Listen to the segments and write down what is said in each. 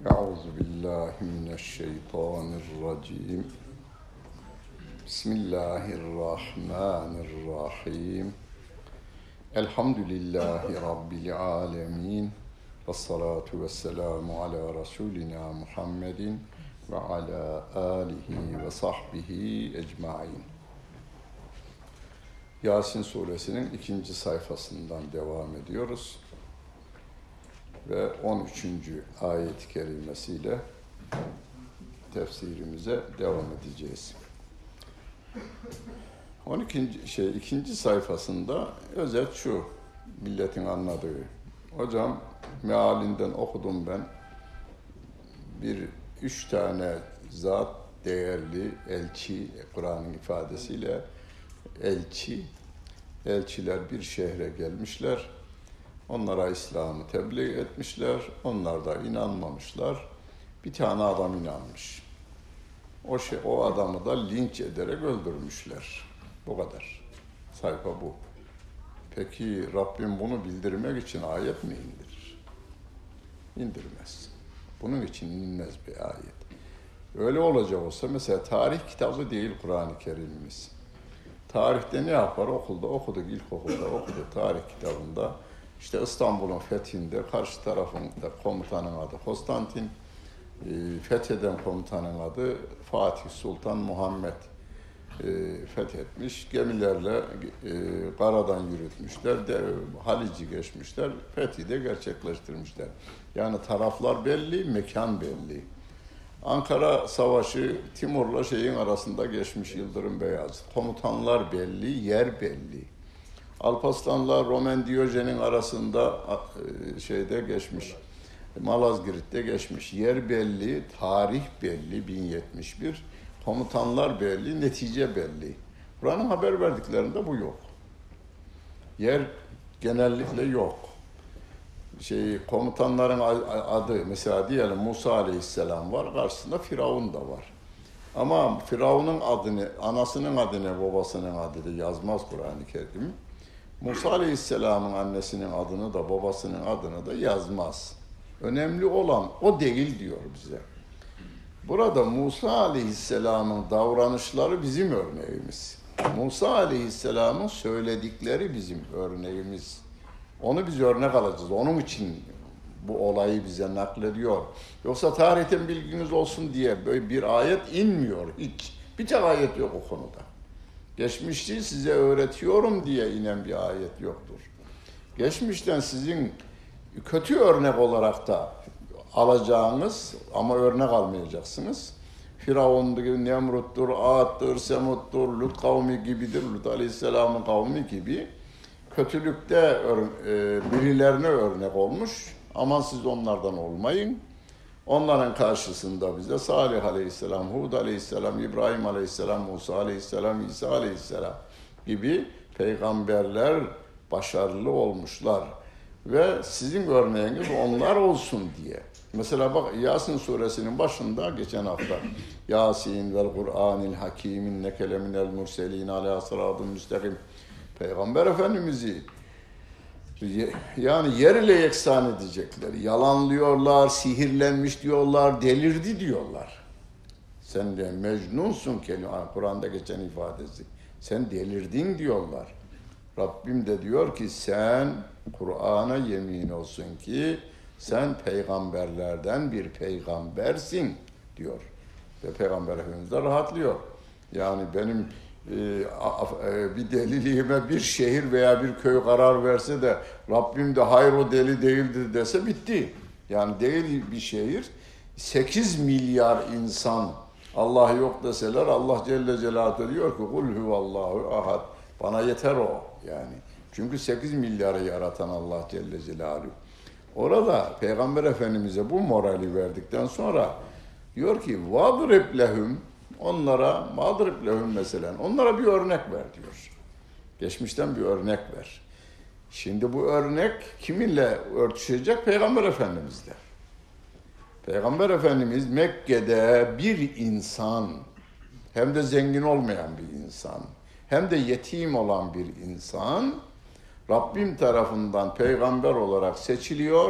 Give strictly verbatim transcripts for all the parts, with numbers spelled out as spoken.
Euzu billahi mineşşeytanirracim. Bismillahirrahmanirrahim. Elhamdülillahi Rabbil alemin. Vessalatu vesselamu ala Resulina Muhammedin ve ala alihi ve sahbihi ecmain. Yasin suresinin ikinci sayfasından devam ediyoruz. Ve on üçüncü ayet-i kerimesiyle tefsirimize devam edeceğiz. on ikinci şey ikinci sayfasında özet şu, milletin anladığı. Hocam mealinden okudum ben. Bir üç tane zat değerli elçi, Kur'an'ın ifadesiyle elçi, elçiler bir şehre gelmişler. Onlara İslam'ı tebliğ etmişler. Onlar da inanmamışlar. Bir tane adam inanmış. O şey, o adamı da linç ederek öldürmüşler. Bu kadar. Sayfa bu. Peki Rabbim bunu bildirmek için ayet mi indirir? İndirmez. Bunun için inmez bir ayet. Öyle olacak olsa mesela tarih kitabı değil Kur'an-ı Kerim'imiz. Tarihte ne yapar? Okulda okuduk, ilkokulda okuduk tarih kitabında. İşte İstanbul'un fethinde karşı tarafında komutanın adı Konstantin, fetheden komutanın adı Fatih Sultan Muhammed fethetmiş. Gemilerle karadan yürütmüşler, de, Halic'i geçmişler, fethi de gerçekleştirmişler. Yani taraflar belli, mekan belli. Ankara Savaşı Timur'la şeyin arasında geçmiş Yıldırım Beyazıt. Komutanlar belli, yer belli. Alparslan'la Roman Diyojen'in arasında şeyde geçmiş, Malazgirt'te geçmiş. Yer belli, tarih belli, bin yetmiş bir. Komutanlar belli, netice belli. Kur'an'ın haber verdiklerinde bu yok. Yer genellikle yok. Şey, komutanların adı, mesela diyelim Musa Aleyhisselam var, karşısında Firavun da var. Ama Firavun'un adını, anasının adını, babasının adını yazmaz Kur'an-ı Kerim. Musa Aleyhisselam'ın annesinin adını da babasının adını da yazmaz. Önemli olan o değil diyor bize. Burada Musa Aleyhisselam'ın davranışları bizim örneğimiz. Musa Aleyhisselam'ın söyledikleri bizim örneğimiz. Onu biz örnek alacağız. Onun için bu olayı bize naklediyor. Yoksa tarihten bilginiz olsun diye böyle bir ayet inmiyor hiç. Bir tek ayet yok o konuda. Geçmişi size öğretiyorum diye inen bir ayet yoktur. Geçmişten sizin kötü örnek olarak da alacağınız ama örnek almayacaksınız. Firavun'dur, Nemrut'tur, Ad'dır, Semud'dur, Lut kavmi gibidir, Lut Aleyhisselam'ın kavmi gibi kötülükte birilerine örnek olmuş. Aman siz onlardan olmayın. Onların karşısında bize Salih Aleyhisselam, Hud Aleyhisselam, İbrahim Aleyhisselam, Musa Aleyhisselam, İsa Aleyhisselam gibi peygamberler başarılı olmuşlar. Ve sizin örneğiniz onlar olsun diye. Mesela bak Yasin suresinin başında geçen hafta Yasin vel Kur'anil Hakim inneke leminel murselin ala sıratın müstakim. Peygamber Efendimiz'i yani yer ile yeksan edecekler. Yalanlıyorlar, sihirlenmiş diyorlar, delirdi diyorlar. Sen de mecnunsun kelime, Kur'an'da geçen ifadesi. Sen delirdin diyorlar. Rabbim de diyor ki sen Kur'an'a yemin olsun ki sen peygamberlerden bir peygambersin diyor. Ve Peygamber Efendimiz de rahatlıyor. Yani benim bir deliliğime bir şehir veya bir köy karar verse de Rabbim de hayır o deli değildir dese bitti. Yani değil bir şehir. sekiz milyar insan Allah yok deseler Allah Celle Celaluhu diyor ki kul huvallahu ahad. Bana yeter o yani. Çünkü sekiz milyarı yaratan Allah Celle Celaluhu. Orada Peygamber Efendimiz'e bu morali verdikten sonra diyor ki vadrib lehum, onlara madrib lehum mesela, onlara bir örnek ver diyor. Geçmişten bir örnek ver. Şimdi bu örnek kiminle örtüşecek? Peygamber Efendimiz'le. Peygamber Efendimiz Mekke'de bir insan, hem de zengin olmayan bir insan, hem de yetim olan bir insan, Rabbim tarafından peygamber olarak seçiliyor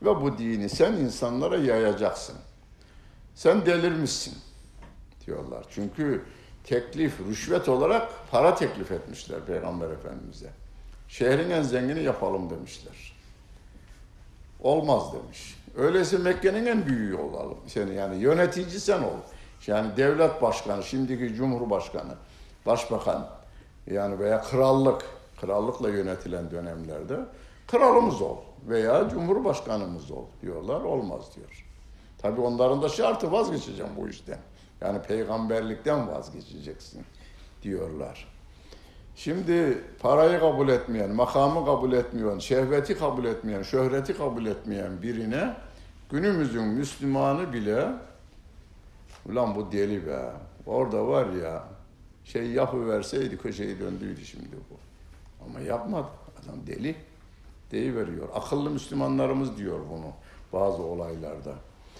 ve bu dini sen insanlara yayacaksın. Sen delirmişsin diyorlar. Çünkü teklif, rüşvet olarak para teklif etmişler Peygamber Efendimiz'e. Şehrin en zengini yapalım demişler. Olmaz demiş. Öyleyse Mekke'nin en büyüğü olalım. Seni yani yönetici sen ol. Yani devlet başkanı, şimdiki cumhurbaşkanı, başbakan yani veya krallık, krallıkla yönetilen dönemlerde kralımız ol veya cumhurbaşkanımız ol diyorlar. Olmaz diyor. Tabii onların da şartı vazgeçeceğim bu işten. Yani peygamberlikten vazgeçeceksin diyorlar. Şimdi parayı kabul etmeyen, makamı kabul etmeyen, şehveti kabul etmeyen, şöhreti kabul etmeyen birine günümüzün Müslümanı bile ulan bu deli be, orada var ya şey yapıverseydi köşeyi döndüydü şimdi bu. Ama yapmadı. Adam deli. Deyiveriyor. Akıllı Müslümanlarımız diyor bunu bazı olaylarda.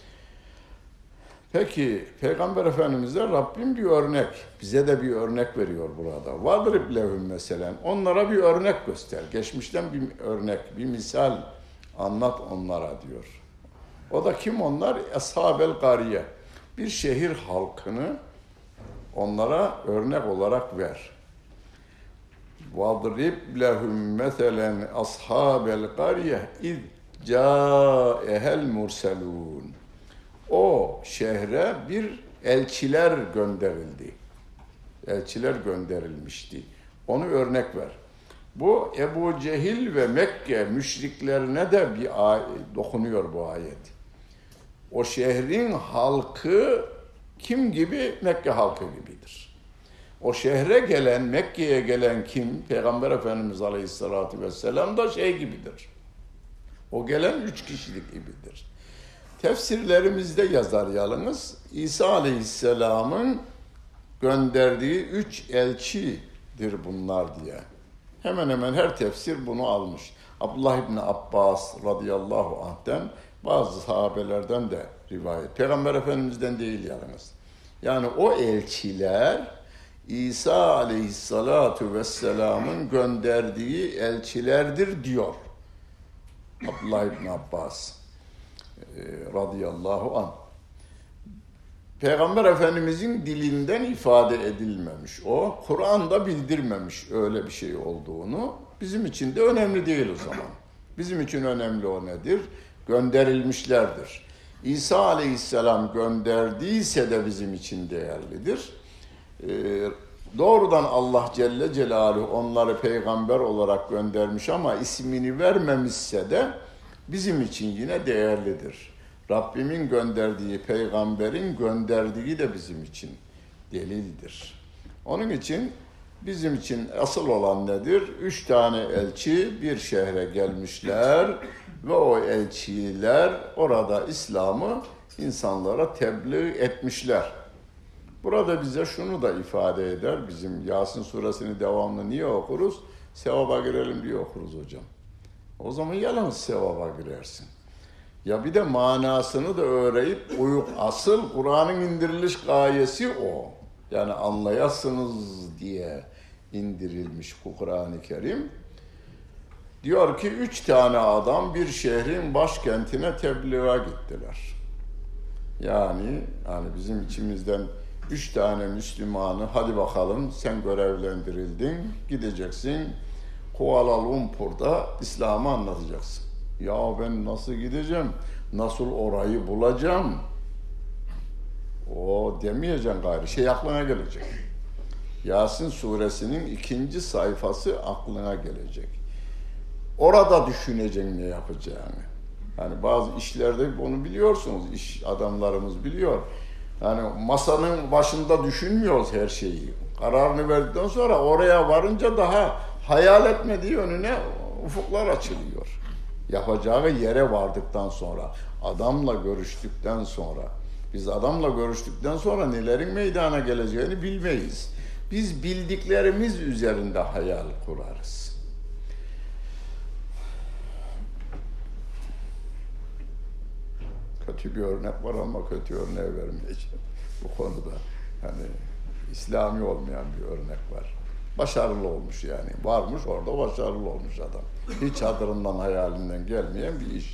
Peki Peygamber Efendimiz'e Rabbim bir örnek, bize de bir örnek veriyor burada. Vadrib lehum meselen. Onlara bir örnek göster. Geçmişten bir örnek, bir misal anlat onlara diyor. O da kim onlar? Ashab-el Kariye. Bir şehir halkını onlara örnek olarak ver. Vadrib lehum meselen ashabel kariye iz ca'ehel murselun. O şehre bir elçiler gönderildi. Elçiler gönderilmişti. Onu örnek ver. Bu Ebu Cehil ve Mekke müşriklerine de bir ay- dokunuyor bu ayet. O şehrin halkı kim gibi? Mekke halkı gibidir. O şehre gelen, Mekke'ye gelen kim? Peygamber Efendimiz Aleyhisselatü Vesselam da şey gibidir. O gelen üç kişilik gibidir. Tefsirlerimizde yazar yalnız İsa Aleyhisselam'ın gönderdiği üç elçidir bunlar diye. Hemen hemen her tefsir bunu almış. Abdullah İbni Abbas radıyallahu anh'ten bazı sahabelerden de rivayet. Peygamber Efendimiz'den değil yalnız. Yani o elçiler İsa Aleyhissalatu Vesselam'ın gönderdiği elçilerdir diyor Abdullah İbni Abbas radıyallahu anh. Peygamber Efendimizin dilinden ifade edilmemiş o. Kur'an'da bildirmemiş öyle bir şey olduğunu. Bizim için de önemli değil o zaman. Bizim için önemli o nedir? Gönderilmişlerdir. İsa Aleyhisselam gönderdiyse de bizim için değerlidir. Ee, doğrudan Allah Celle Celaluhu onları peygamber olarak göndermiş ama ismini vermemişse de bizim için yine değerlidir. Rabbimin gönderdiği peygamberin gönderdiği de bizim için delildir. Onun için bizim için asıl olan nedir? Üç tane elçi bir şehre gelmişler ve o elçiler orada İslam'ı insanlara tebliğ etmişler. Burada bize şunu da ifade eder. Bizim Yasin suresini devamlı niye okuruz? Sevaba girelim diye okuruz hocam. O zaman yalnız sevaba girersin. Ya bir de manasını da öğrenip uyup asıl Kur'an'ın indiriliş gayesi o. Yani anlayasınız diye indirilmiş bu Kur'an-ı Kerim. Diyor ki üç tane adam bir şehrin başkentine tebliğe gittiler. Yani yani bizim içimizden üç tane Müslümanı hadi bakalım sen görevlendirildin, gideceksin. Kuala Lumpur'da İslam'ı anlatacaksın. Ya ben nasıl gideceğim? Nasıl orayı bulacağım? O demeyeceksin gayrı. Şey aklına gelecek. Yasin suresinin ikinci sayfası aklına gelecek. Orada düşüneceksin ne yapacağını. Yani bazı işlerde bunu biliyorsunuz. İş adamlarımız biliyor. Yani masanın başında düşünmüyoruz her şeyi. Kararını verdikten sonra oraya varınca daha hayal etmediği önüne ufuklar açılıyor. Yapacağı yere vardıktan sonra, adamla görüştükten sonra, biz adamla görüştükten sonra nelerin meydana geleceğini bilmeyiz. Biz bildiklerimiz üzerinde hayal kurarız. Kötü bir örnek var ama kötü örneği vermeyeceğim bu konuda. Yani İslami olmayan bir örnek var. Başarılı olmuş yani. Varmış orada başarılı olmuş adam. Hiç hatırından hayalinden gelmeyen bir iş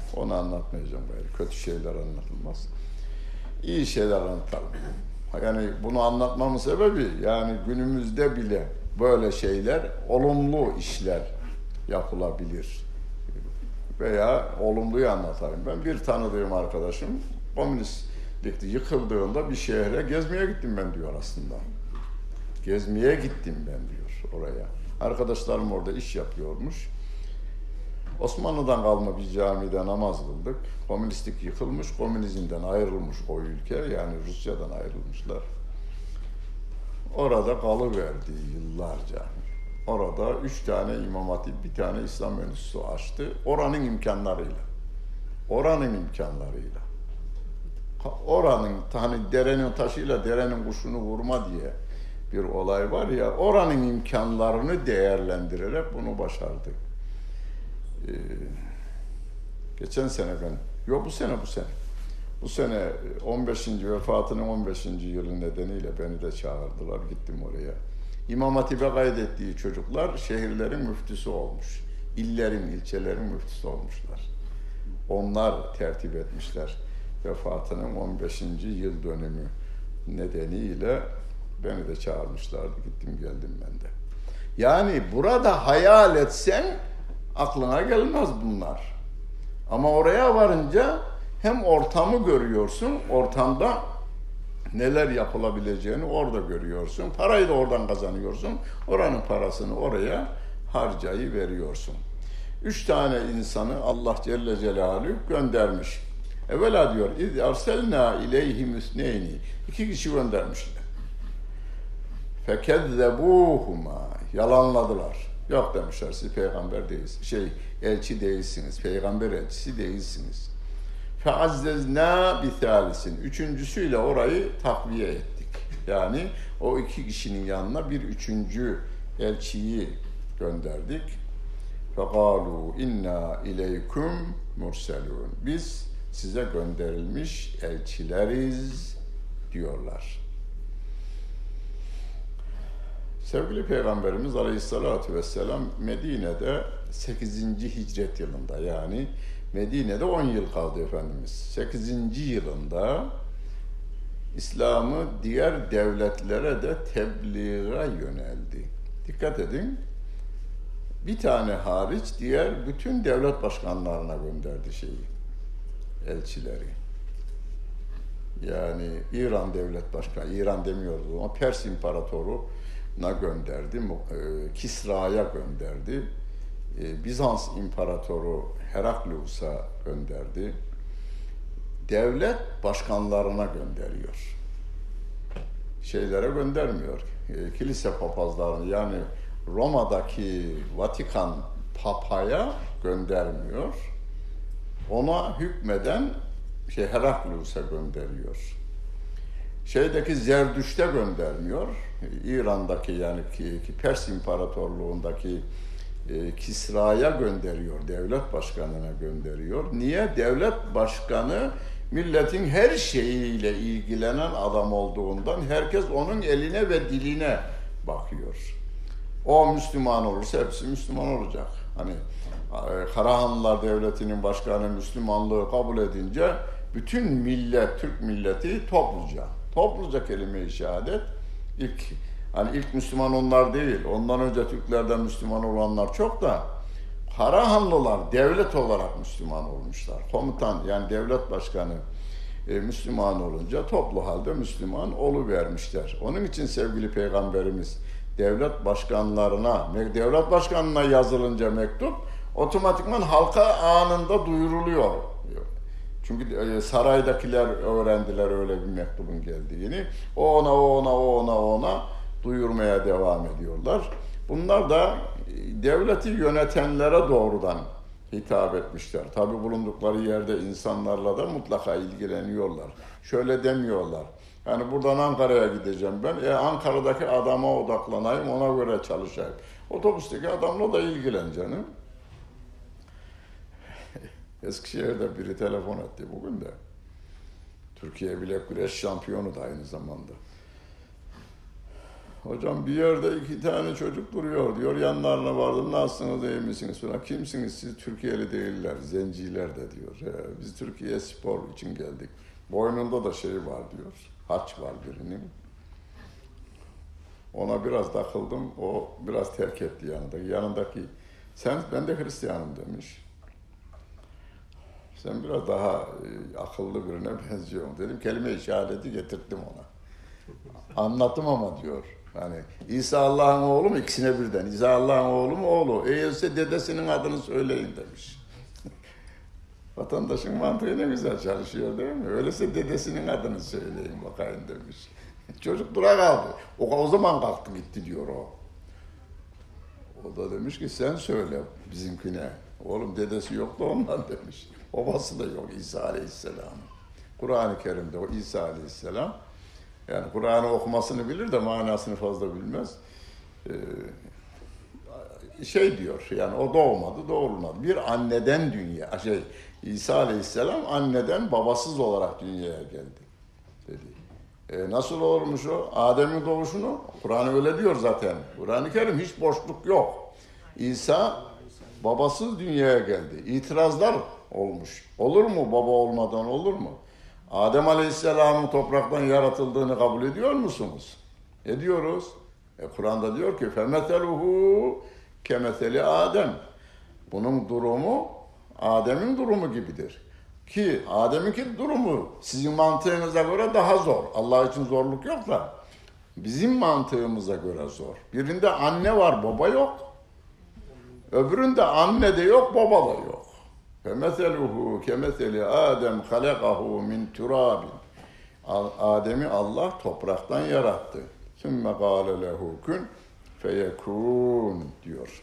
Onu anlatmayacağım gayrı. Kötü şeyler anlatılmaz. İyi şeyler anlatalım. Yani bunu anlatmamın sebebi yani günümüzde bile böyle şeyler, olumlu işler yapılabilir. Veya olumluyu anlatayım. Ben bir tanıdığım arkadaşım komünistlikte yıkıldığında bir şehre gezmeye gittim ben diyor aslında. Gezmeye gittim ben diyor oraya. Arkadaşlarım orada iş yapıyormuş. Osmanlı'dan kalma bir camide namaz kıldık. Komünistlik yıkılmış, komünizmden ayrılmış o ülke. Yani Rusya'dan ayrılmışlar. Orada kalıverdi yıllarca. Orada üç tane İmam Hatip, bir tane İslam Enstitüsü açtı. Oranın imkanlarıyla. Oranın imkanlarıyla. Oranın, hani derenin taşıyla derenin kuşunu vurma diye bir olay var ya, oranın imkanlarını değerlendirerek bunu başardı. Ee, geçen sene ben, yok bu sene bu sene. Bu sene on beşinci vefatının on beşinci yılı nedeniyle beni de çağırdılar, gittim oraya. İmam Hatip'e kaydettiği çocuklar şehirlerin müftüsü olmuş. İllerin, ilçelerin müftüsü olmuşlar. Onlar tertip etmişler vefatının on beşinci yıl dönümü nedeniyle beni de çağırmışlardı. Gittim geldim ben de. Yani burada hayal etsen aklına gelmez bunlar. Ama oraya varınca hem ortamı görüyorsun, ortamda neler yapılabileceğini orada görüyorsun. Parayı da oradan kazanıyorsun. Oranın parasını oraya harcayı veriyorsun. Üç tane insanı Allah Celle Celaluhu göndermiş. Evvela diyor, اِذْ اَرْسَلْنَا اِلَيْهِمْ اِسْنَيْنِ İki kişi göndermişler. فَكَذَّبُوهُمَا Yalanladılar. Yok demişler, siz peygamber değilsiniz. Şey, elçi değilsiniz. Peygamber elçisi değilsiniz. فَعَزَّزْنَا بِثَالِسٍ Üçüncüsüyle orayı takviye ettik. Yani o iki kişinin yanına bir üçüncü elçiyi gönderdik. فَقَالُوا اِنَّا اِلَيْكُمْ مُرْسَلُونَ Biz size gönderilmiş elçileriz diyorlar. Sevgili Peygamberimiz Aleyhisselatü Vesselam Medine'de sekizinci hicret yılında, yani Medine'de on yıl kaldı Efendimiz. sekizinci yılında İslam'ı diğer devletlere de tebliğe yöneldi. Dikkat edin, bir tane hariç diğer bütün devlet başkanlarına gönderdi şeyi, elçileri. Yani İran devlet başkanı, İran demiyoruz ama Pers İmparatoru'na gönderdi, Kisra'ya gönderdi, Bizans İmparatoru Heraklius'a gönderdi. Devlet başkanlarına gönderiyor. Şeylere göndermiyor. Kilise papazlarını, yani Roma'daki Vatikan papaya göndermiyor. Ona hükmeden şey Heraklius'a gönderiyor. Şeydeki Zerdüşt'e göndermiyor. İran'daki, yani ki, ki Pers İmparatorluğundaki e, Kisra'ya gönderiyor. Devlet başkanına gönderiyor. Niye? Devlet başkanı milletin her şeyiyle ilgilenen adam olduğundan herkes onun eline ve diline bakıyor. O Müslüman olursa hepsi Müslüman olacak. Hani Karahanlılar Devleti'nin başkanı Müslümanlığı kabul edince bütün millet, Türk milleti topluca, topluca kelime-i şehadet. İlk, hani ilk Müslüman onlar değil, ondan önce Türklerden Müslüman olanlar çok da Karahanlılar devlet olarak Müslüman olmuşlar. Komutan, yani devlet başkanı e, Müslüman olunca toplu halde Müslüman oluvermişler. Onun için sevgili Peygamberimiz devlet başkanlarına, devlet başkanına yazılınca mektup otomatikman halka anında duyuruluyor. Çünkü saraydakiler öğrendiler öyle bir mektubun geldiğini. O ona, o ona, o ona, o ona duyurmaya devam ediyorlar. Bunlar da devleti yönetenlere doğrudan hitap etmişler. Tabii bulundukları yerde insanlarla da mutlaka ilgileniyorlar. Şöyle demiyorlar. Yani buradan Ankara'ya gideceğim ben. E, Ankara'daki adama odaklanayım, ona göre çalışayım. Otobüsteki adamla da ilgilen canım. Eskişehir'de biri telefon etti bugün de. Türkiye bilek güreş şampiyonu da aynı zamanda. Hocam bir yerde iki tane çocuk duruyor diyor. Yanlarına vardım. Nasılsınız, iyi misiniz falan. Kimsiniz siz? Türkiye'li değiller. Zenciler de diyor. He, biz Türkiye spor için geldik. Boynunda da şey var diyor. Haç var birinin. Ona biraz takıldım. O biraz terk etti yanındaki. Yanındaki sen ben de Hristiyanım demiş. Sen biraz daha e, akıllı birine benziyorsun dedim. Kelime-i şehadeti getirttim ona. Anlattım ama diyor. Hani İsa Allah'ın oğlu mu? İkisine birden. İsa Allah'ın oğlu mu? Oğlu. Eğilse dedesinin adını söyleyin demiş. Vatandaşın mantığı ne güzel çalışıyor değil mi? Öyleyse dedesinin adını söyleyin bakayım demiş. Çocuk dura kaldı. O, o zaman kalktı gitti diyor o. O da demiş ki sen söyle bizimkine. Oğlum dedesi yok da ondan demiş. Babası da yok İsa Aleyhisselam. Kur'an-ı Kerim'de o İsa Aleyhisselam yani Kur'an'ı okumasını bilir de manasını fazla bilmez. Ee, şey diyor yani o doğmadı doğurmadı. Bir anneden dünya şey İsa Aleyhisselam anneden babasız olarak dünyaya geldi dedi. E nasıl olurmuş o? Adem'in doğuşunu Kur'an öyle diyor zaten. Kur'an-ı Kerim hiç boşluk yok. İsa babasız dünyaya geldi. İtirazlar olmuş. Olur mu baba olmadan olur mu? Adem Aleyhisselam'ın topraktan yaratıldığını kabul ediyor musunuz? Ediyoruz. E, Kur'an'da diyor ki فَمَثَلُهُ كَمَثَلِ Adem. Bunun durumu Adem'in durumu gibidir. Ki Adem'inki durumu sizin mantığınıza göre daha zor. Allah için zorluk yok da bizim mantığımıza göre zor. Birinde anne var, baba yok. Öbüründe anne de yok, baba da yok. فَمَثَلُهُ كَمَثَلِ Adem خَلَقَهُ مِنْ تُرَابٍ. Adem'i Allah topraktan yarattı. ثُمَّ قَالَ لَهُ كُنْ فَيَكُونَ diyor.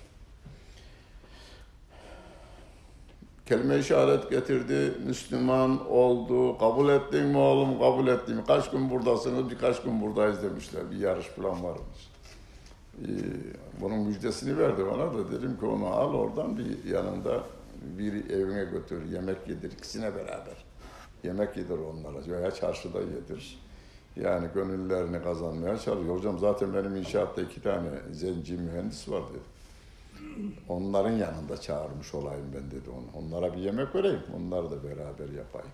Kelime-i şehadet getirdi, Müslüman oldu, kabul ettin mi oğlum, kabul ettim. Kaç gün buradasınız, birkaç gün buradayız demişler, bir yarış falan varmış. Ee, bunun müjdesini verdi bana da, dedim ki onu al oradan bir yanında bir evine götür, yemek yedir, ikisine beraber. Yemek yedir onlara veya çarşıda yedir. Yani gönüllerini kazanmaya çalışıyor. Hocam zaten benim inşaatta iki tane zenci mühendis var dedi. Onların yanında çağırmış olayım ben dedi onu. Onlara bir yemek vereyim, onları da beraber yapayım.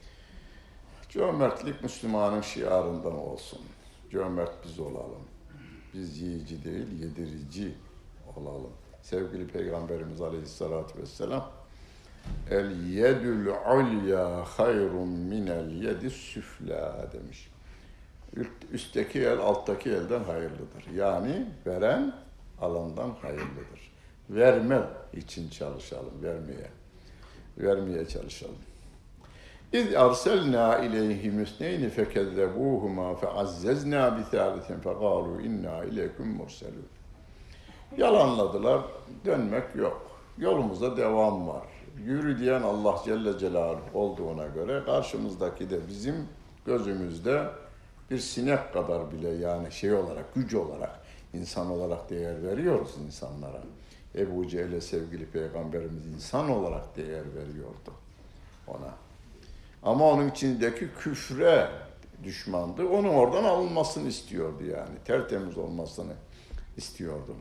Cömertlik Müslümanın şiarından olsun. Cömert biz olalım. Biz yiyici değil, yedirici olalım. Sevgili Peygamberimiz Aleyhisselatü Vesselam El yedül ulya hayrun minel yedis süfla demiş. Üstteki el alttaki elden hayırlıdır. Yani veren alandan hayırlıdır. Verme için çalışalım, vermeye. Vermeye çalışalım. İz arselna ileyhim isneyni fekezzebuhuma feazzezna bi thalithin fekalu inna ileykum murselun. Yalanladılar, dönmek yok. Yolumuza devam var. Yürü diyen Allah Celle Celaluhu olduğuna göre karşımızdaki de bizim gözümüzde bir sinek kadar bile yani şey olarak, güç olarak, insan olarak değer veriyoruz insanlara. Ebu Cehil'e sevgili Peygamberimiz insan olarak değer veriyordu ona. Ama onun içindeki küfre düşmandı. Onun oradan alınmasını istiyordu yani. Tertemiz olmasını istiyordu.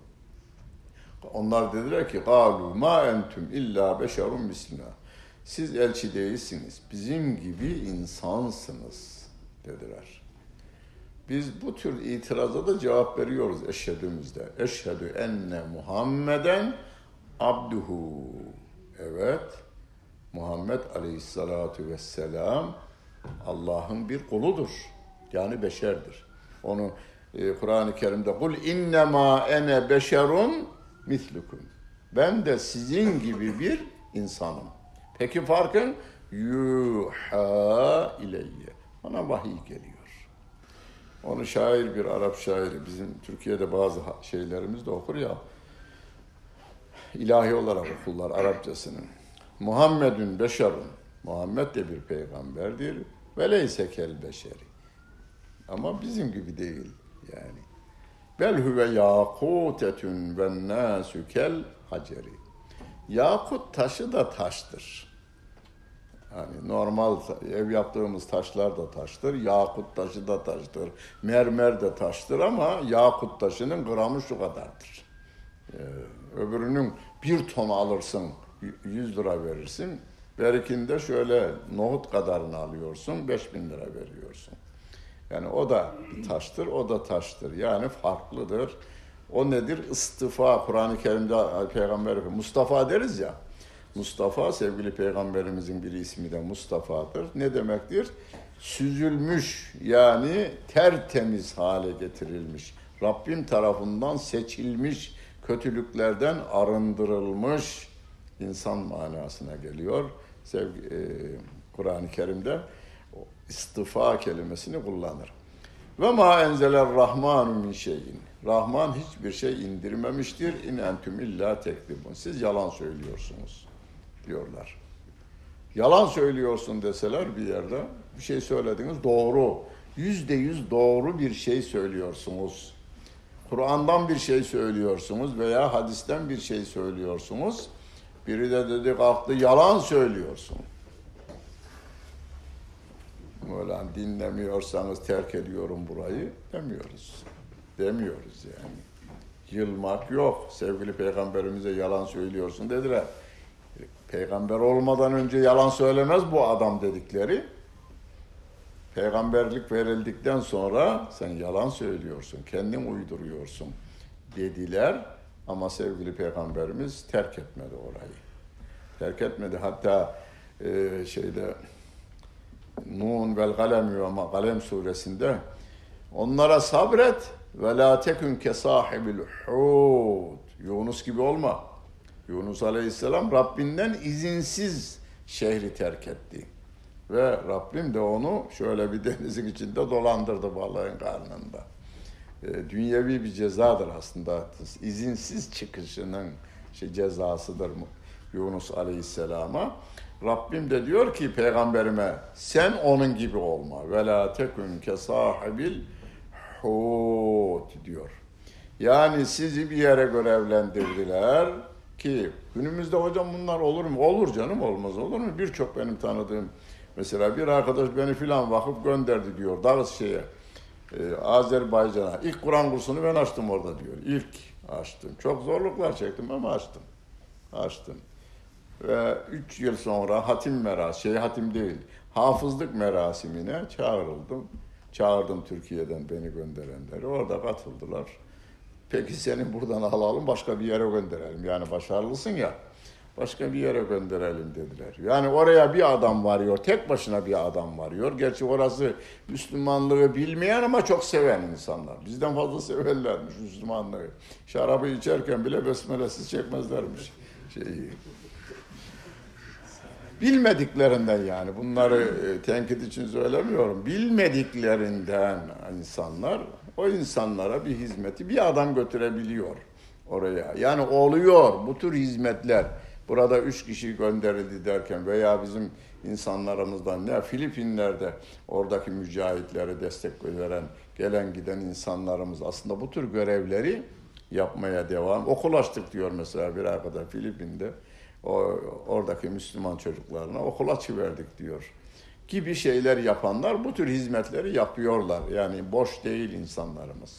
Onlar dediler ki قَالُوا مَا اَنْتُمْ اِلَّا بَشَرٌ مِسْلِنَا. Siz elçi değilsiniz, bizim gibi insansınız dediler. Biz bu tür itiraza da cevap veriyoruz eşhedümüzde. Eşhedü enne Muhammeden abduhu. Evet, Muhammed Aleyhissalatu vesselam Allah'ın bir kuludur. Yani beşerdir. Onu e, Kur'an-ı Kerim'de kul innema ene beşerun mislukum. Ben de sizin gibi bir insanım. Peki farkın? Yuha ileyye. Bana vahiy geliyor. Onu şair bir Arap şairi, bizim Türkiye'de bazı şeylerimiz de okur ya, ilahi olarak okurlar Arapçasını. Muhammedun beşerun. Muhammed de bir peygamberdir. Ve leyse kel beşeri. Ama bizim gibi değil yani. Bel huve yakutetun ve nasu kel haceri. Yakut taşı da taştır. Hani normal ev yaptığımız taşlar da taştır, yakut taşı da taştır, mermer de taştır ama yakut taşının gramı şu kadardır. Ee, öbürünün bir ton alırsın, yüz lira verirsin. Berikinde şöyle nohut kadarını alıyorsun, beş bin lira veriyorsun. Yani o da taştır, o da taştır. Yani farklıdır. O nedir? İstifa. Kur'an-ı Kerim'de Peygamber Mustafa deriz ya. Mustafa sevgili Peygamberimizin bir ismi de Mustafa'dır. Ne demektir? Süzülmüş yani tertemiz hale getirilmiş. Rabbim tarafından seçilmiş, kötülüklerden arındırılmış insan manasına geliyor. Sevgi, e, Kur'an-ı Kerim'de istifa kelimesini kullanır. Ve ma enzeler rahmanu min şeyin. Rahman hiçbir şey indirmemiştir. İn entüm illa tekzibun. Siz yalan söylüyorsunuz diyorlar. Yalan söylüyorsun deseler bir yerde bir şey söylediniz doğru. Yüzde yüz doğru bir şey söylüyorsunuz. Kur'an'dan bir şey söylüyorsunuz veya hadisten bir şey söylüyorsunuz. Biri de dedi kalktı yalan söylüyorsun. Ulan dinlemiyorsanız terk ediyorum burayı demiyoruz. Demiyoruz yani. Yılmak yok. Sevgili Peygamberimize yalan söylüyorsun dediler. Peygamber olmadan önce yalan söylemez bu adam dedikleri. Peygamberlik verildikten sonra sen yalan söylüyorsun, kendin uyduruyorsun dediler. Ama sevgili Peygamberimiz terk etmedi orayı. Terk etmedi. Hatta e, şeyde Nun vel galem ama Kalem suresinde onlara sabret ve la tekun ke sahibil hud. Yunus gibi olma. Yunus Aleyhisselam Rabbinden izinsiz şehri terk etti. Ve Rabbim de onu şöyle bir denizin içinde dolandırdı balığın karnında. E, dünyevi bir cezadır aslında. İzinsiz çıkışının şey, cezasıdır Yunus Aleyhisselam'a. Rabbim de diyor ki peygamberime sen onun gibi olma. Ve la tekun ke sahibil hud diyor. Yani sizi bir yere görevlendirdiler ki günümüzde hocam bunlar olur mu? Olur canım olmaz olur mu? Birçok benim tanıdığım mesela bir arkadaş beni filan vakıf gönderdi diyor. Dağız şeye e, Azerbaycan'a. İlk Kur'an kursunu ben açtım orada diyor. İlk açtım. Çok zorluklar çektim ama açtım. Açtım. Ve üç yıl sonra hatim merasimi, şey hatim değil, hafızlık merasimine çağrıldım. Çağırdım Türkiye'den beni gönderenleri. Orada katıldılar. Peki seni buradan alalım, başka bir yere gönderelim. Yani başarılısın ya, başka bir yere gönderelim dediler. Yani oraya bir adam varıyor, tek başına bir adam varıyor. Gerçi orası Müslümanlığı bilmeyen ama çok seven insanlar. Bizden fazla severlermiş Müslümanlığı. Şarabı içerken bile besmelesiz çekmezlermiş şeyi. Bilmediklerinden yani bunları e, tenkit için söylemiyorum. Bilmediklerinden insanlar o insanlara bir hizmeti bir adam götürebiliyor oraya. Yani oluyor bu tür hizmetler. Burada üç kişi gönderildi derken veya bizim insanlarımızdan ne Filipinler'de oradaki mücahitlere destek veren gelen giden insanlarımız aslında bu tür görevleri yapmaya devam. Okul açtık diyor mesela bir arkadaş Filipin'de. O, oradaki Müslüman çocuklarına okul açıverdik diyor. Gibi şeyler yapanlar bu tür hizmetleri yapıyorlar. Yani boş değil insanlarımız.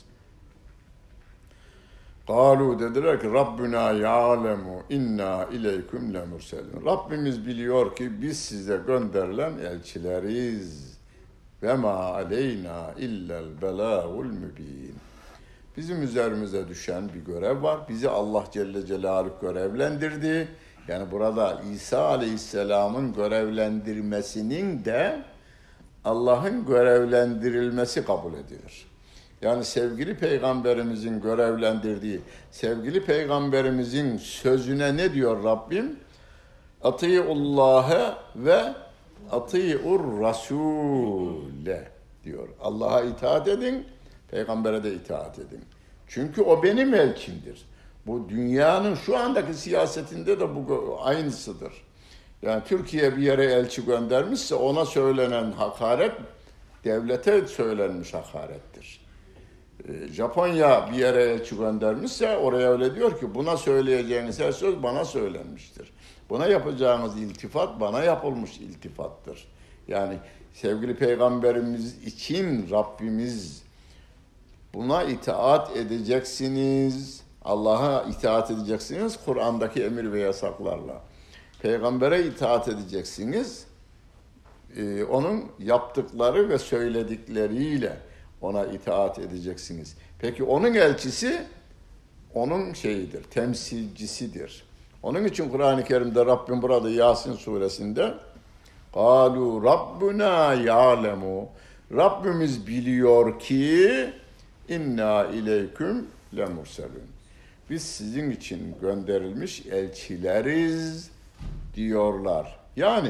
Kalu dediler ki Rabbuna ya'lemu inna ileyküm lemurselun. Rabbimiz biliyor ki biz size gönderilen elçileriz. Ve ma aleyna illel belâhul mübin. Bizim üzerimize düşen bir görev var. Bizi Allah Celle Celaluhu görevlendirdi. Yani burada İsa Aleyhisselam'ın görevlendirmesinin de Allah'ın görevlendirilmesi kabul edilir. Yani sevgili Peygamberimizin görevlendirdiği, sevgili Peygamberimizin sözüne ne diyor Rabbim? Ati'ullâhe ve ati'ur rasûle diyor. Allah'a itaat edin, Peygamber'e de itaat edin. Çünkü o benim elçimdir. Bu dünyanın şu andaki siyasetinde de bu aynısıdır. Yani Türkiye bir yere elçi göndermişse ona söylenen hakaret devlete söylenmiş hakarettir. Ee, Japonya bir yere elçi göndermişse oraya öyle diyor ki buna söyleyeceğiniz her söz bana söylenmiştir. Buna yapacağınız iltifat bana yapılmış iltifattır. Yani sevgili Peygamberimiz için Rabbimiz buna itaat edeceksiniz. Allah'a itaat edeceksiniz Kur'an'daki emir ve yasaklarla. Peygambere itaat edeceksiniz. Ee, onun yaptıkları ve söyledikleriyle ona itaat edeceksiniz. Peki onun elçisi onun şeyidir, temsilcisidir. Onun için Kur'an-ı Kerim'de Rabbim burada Yasin suresinde قَالُوا رَبُّنَا يَعْلَمُ Rabbimiz biliyor ki inna ileyküm lemurselun. Biz sizin için gönderilmiş elçileriz diyorlar. Yani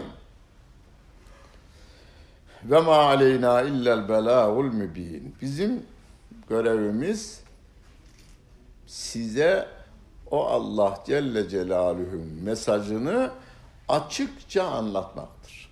ve ma aleyna illel belâul mübin. Bizim görevimiz size o Allah Celle Celaluhu'nun mesajını açıkça anlatmaktır.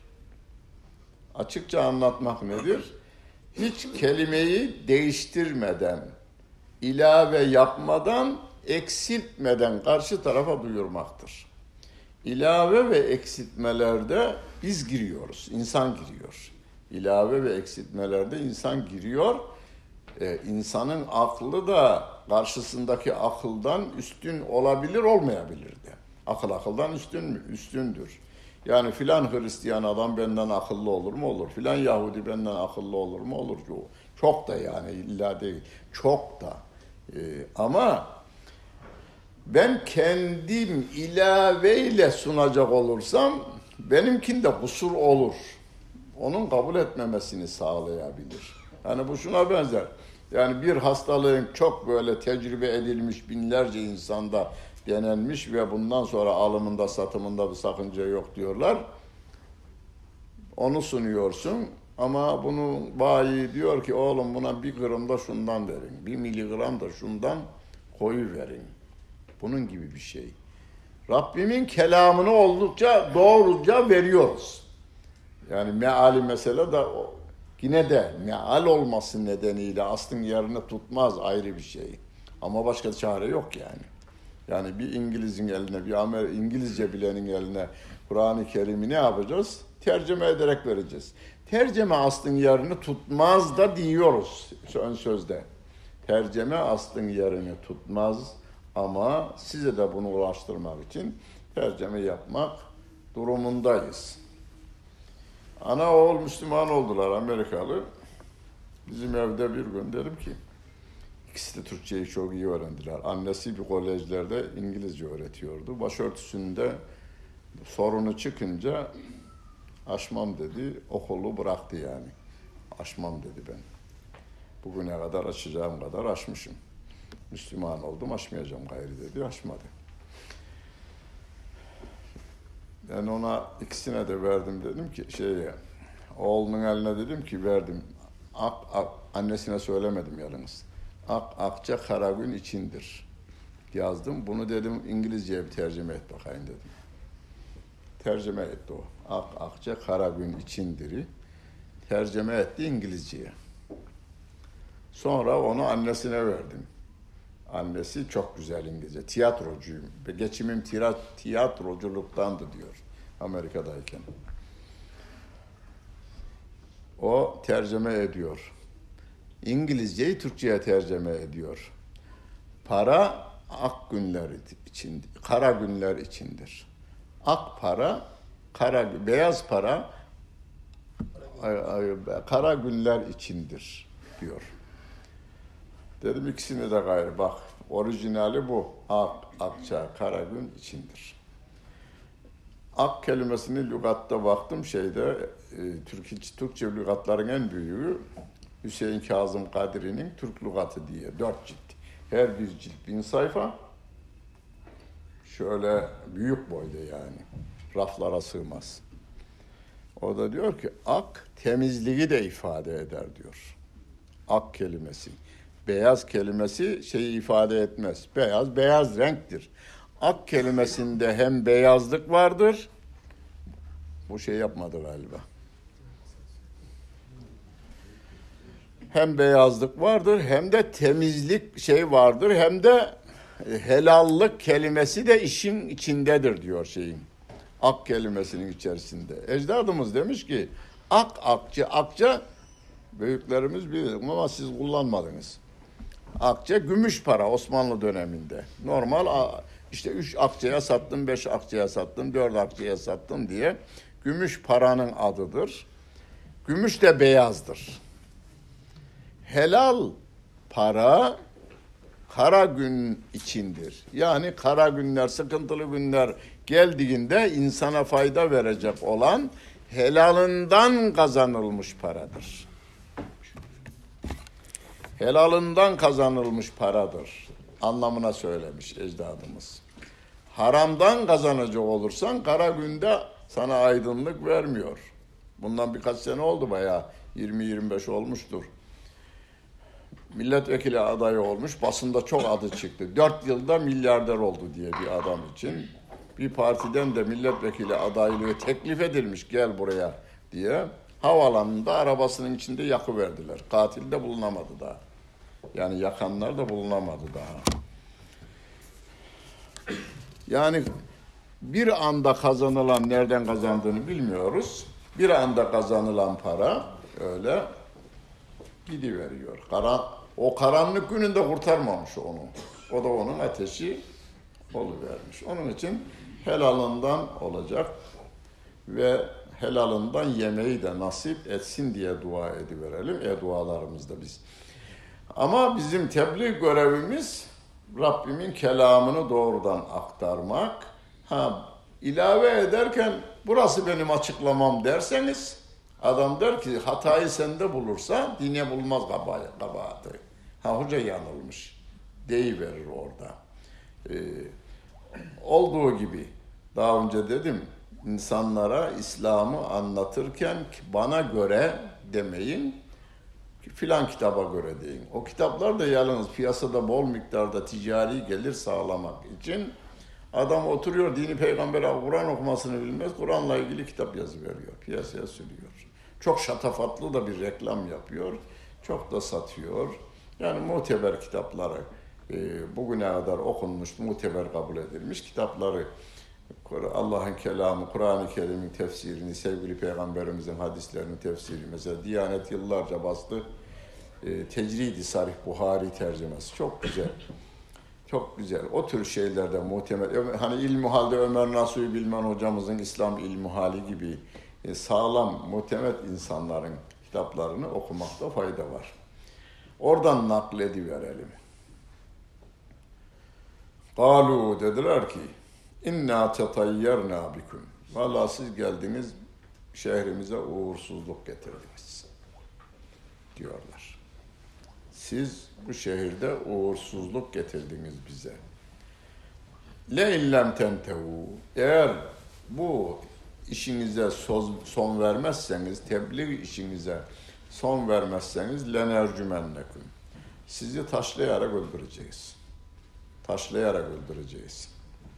Açıkça anlatmak nedir? Hiç kelimeyi değiştirmeden, ilave yapmadan, eksiltmeden karşı tarafa duyurmaktır. İlave ve eksiltmelerde biz giriyoruz, insan giriyor. İlave ve eksiltmelerde insan giriyor. Ee, insanın aklı da karşısındaki akıldan üstün olabilir, olmayabilir de. Akıl akıldan üstün mü? Üstündür. Yani filan Hristiyan adam benden akıllı olur mu? Olur. Filan Yahudi benden akıllı olur mu? Olur. Çok da yani illa değil. Çok da. Ee, ama ben kendim ilaveyle sunacak olursam benimkinde kusur olur. Onun kabul etmemesini sağlayabilir. Yani bu şuna benzer. Yani bir hastalığın çok böyle tecrübe edilmiş binlerce insanda denenmiş ve bundan sonra alımında satımında bir sakınca yok diyorlar. Onu sunuyorsun ama bunu bayi diyor ki oğlum buna bir gram da şundan verin. Bir miligram da şundan koyu verin. Bunun gibi bir şey. Rabbimin kelamını oldukça doğruca veriyoruz. Yani meali mesele de yine de meal olması nedeniyle aslın yerini tutmaz ayrı bir şey. Ama başka çare yok yani. Yani bir İngiliz'in eline, bir Amer İngilizce bilenin eline Kur'an-ı Kerim'i ne yapacağız? Tercüme ederek vereceğiz. Tercüme aslın yerini tutmaz da diyoruz ön sözde. Tercüme aslın yerini tutmaz ama size de bunu ulaştırmak için tercüme yapmak durumundayız. Ana oğul Müslüman oldular Amerikalı. Bizim evde bir gün dedim ki ikisi de Türkçeyi çok iyi öğrendiler. Annesi bir kolejlerde İngilizce öğretiyordu. Başörtüsünde sorunu çıkınca aşmam dedi. Okulu bıraktı yani. Aşmam dedi ben. Bugüne kadar aşacağım kadar aşmışım. Müslüman oldum aşmayacağım gayrı dedi. Aşmadı. Ben ona ikisine de verdim dedim ki şeye oğlunun eline dedim ki verdim. Ak, ak, annesine söylemedim yalnız. Ak akça kara gün içindir yazdım. Bunu dedim İngilizceye bir tercüme et bakayım dedim. Tercüme etti o. Ak akça kara gün içindir'i tercüme etti İngilizceye. Sonra onu annesine verdim. Annesi çok güzel İngilizce. Tiyatrocuyum. Geçimim tira, tiyatroculuktandı diyor Amerika'dayken. O tercüme ediyor. İngilizceyi Türkçe'ye tercüme ediyor. Para ak günler için, kara günler içindir. Ak para, kara beyaz para kara günler içindir diyor. Dedim ikisini de gayrı bak. Orijinali bu. Ak, akça, kara gün içindir. Ak kelimesini lügatta baktım şeyde e, Türkçe, Türkçe lügatların en büyüğü Hüseyin Kazım Kadri'nin Türk Lügatı diye dört cilt. Her bir cilt bin sayfa. Şöyle büyük boyda yani. Raflara sığmaz. O da diyor ki ak temizliği de ifade eder diyor. Ak kelimesi. Beyaz kelimesi şeyi ifade etmez. Beyaz, beyaz renktir. Ak kelimesinde hem beyazlık vardır. Bu şey yapmadı galiba. Hem beyazlık vardır hem de temizlik şey vardır hem de helallık kelimesi de işin içindedir diyor şeyin. Ak kelimesinin içerisinde. Ecdadımız demiş ki ak akçe akça büyüklerimiz bilir ama siz kullanmadınız. Akçe gümüş para Osmanlı döneminde. Normal işte üç akçeye sattım, beş akçeye sattım, dört akçeye sattım diye gümüş paranın adıdır. Gümüş de beyazdır. Helal para kara gün içindir. Yani kara günler, sıkıntılı günler geldiğinde insana fayda verecek olan helalından kazanılmış paradır. Helalından kazanılmış paradır anlamına söylemiş ecdadımız. Haramdan kazanacak olursan kara günde sana aydınlık vermiyor. Bundan birkaç sene oldu bayağı, yirmi yirmi beş olmuştur. Milletvekili adayı olmuş, basında çok adı çıktı. Dört yılda milyarder oldu diye bir adam için. Bir partiden de milletvekili adaylığı teklif edilmiş, gel buraya diye. Havaalanında arabasının içinde yakıverdiler. Katil de bulunamadı daha. Yani yakanlar da bulunamadı daha. Yani bir anda kazanılan, nereden kazandığını bilmiyoruz. Bir anda kazanılan para öyle gidiveriyor. Karan, o karanlık gününde kurtarmamış onu. O da onun ateşi oluvermiş. Onun için helalından olacak ve helalından yemeği de nasip etsin diye dua ediverelim. E dualarımızda biz. Ama bizim tebliğ görevimiz Rabbimin kelamını doğrudan aktarmak. Ha, ilave ederken burası benim açıklamam derseniz adam der ki hatayı sende bulursa dine bulmaz kabahati. Ha hoca yanılmış deyiverir orada. Ee, olduğu gibi daha önce dedim insanlara İslam'ı anlatırken bana göre demeyin, filan kitaba göre deyin. O kitaplar da yalnız piyasada bol miktarda ticari gelir sağlamak için adam oturuyor dini peygambere Kur'an okumasını bilmez, Kur'an'la ilgili kitap yazıveriyor, piyasaya sürüyor. Çok şatafatlı da bir reklam yapıyor, çok da satıyor. Yani muteber kitapları, e, bugüne kadar okunmuş, muteber kabul edilmiş kitapları, Allah'ın kelamı, Kur'an-ı Kerim'in tefsirini, sevgili Peygamberimizin hadislerinin tefsiri, mesela Diyanet yıllarca bastı, e, Tecrid-i Sarih Buhari tercümesi, çok güzel. Çok güzel. O tür şeylerde muhtemel, hani İlmuhal'de Ömer Nasuhi Bilmen hocamızın İslam İlmuhali gibi e, sağlam, muhtemel insanların kitaplarını okumakta fayda var. Oradan naklediverelim. Kalu dediler ki, İnna tetayyarna bikum. Vallahi siz geldiniz, şehrimize uğursuzluk getirdiniz diyorlar. Siz bu şehirde uğursuzluk getirdiniz bize. Le illem tentehu. Eğer bu işinize son vermezseniz, tebliğ işinize son vermezseniz lenercümennekum. Sizi taşlayarak öldüreceğiz. Taşlayarak öldüreceğiz.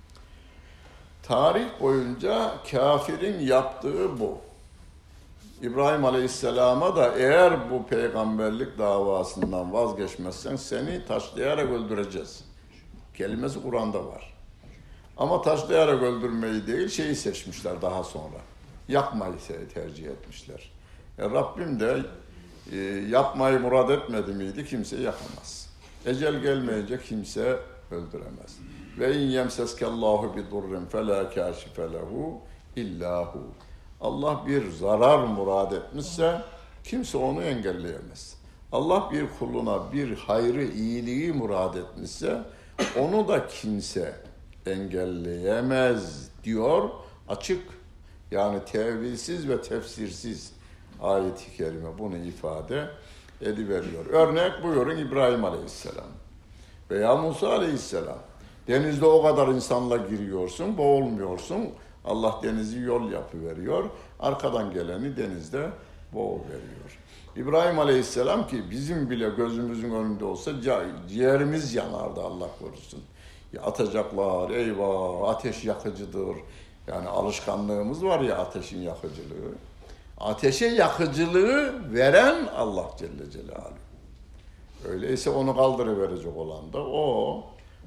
Tarih boyunca kafirin yaptığı bu. İbrahim Aleyhisselam'a da eğer bu peygamberlik davasından vazgeçmezsen seni taşlayarak öldüreceğiz. Kelimesi Kur'an'da var. Ama taşlayarak öldürmeyi değil şeyi seçmişler daha sonra. Yakmayı tercih etmişler. E Rabbim de e, yapmayı murad etmedi miydi kimse yakamaz. Ecel gelmeyince kimse öldüremez. Ve in yemseskallahu bi durrin fela kashife lehu illahu. Allah bir zarar murad etmişse kimse onu engelleyemez. Allah bir kuluna bir hayrı, iyiliği murad etmişse onu da kimse engelleyemez diyor. Açık, yani tevilsiz ve tefsirsiz ayet-i kerime bunu ifade ediveriyor. Örnek buyurun İbrahim Aleyhisselam veya Musa Aleyhisselam. Denizde o kadar insanla giriyorsun, boğulmuyorsun. Allah denizi yol yapıveriyor. Arkadan geleni denizde boğuveriyor. İbrahim Aleyhisselam ki bizim bile gözümüzün önünde olsa ciğerimiz yanardı Allah korusun. Ya atacaklar, eyvah ateş yakıcıdır. Yani alışkanlığımız var ya ateşin yakıcılığı. Ateşe yakıcılığı veren Allah Celle Celaluhu. Öyleyse onu kaldırıverecek olan da o.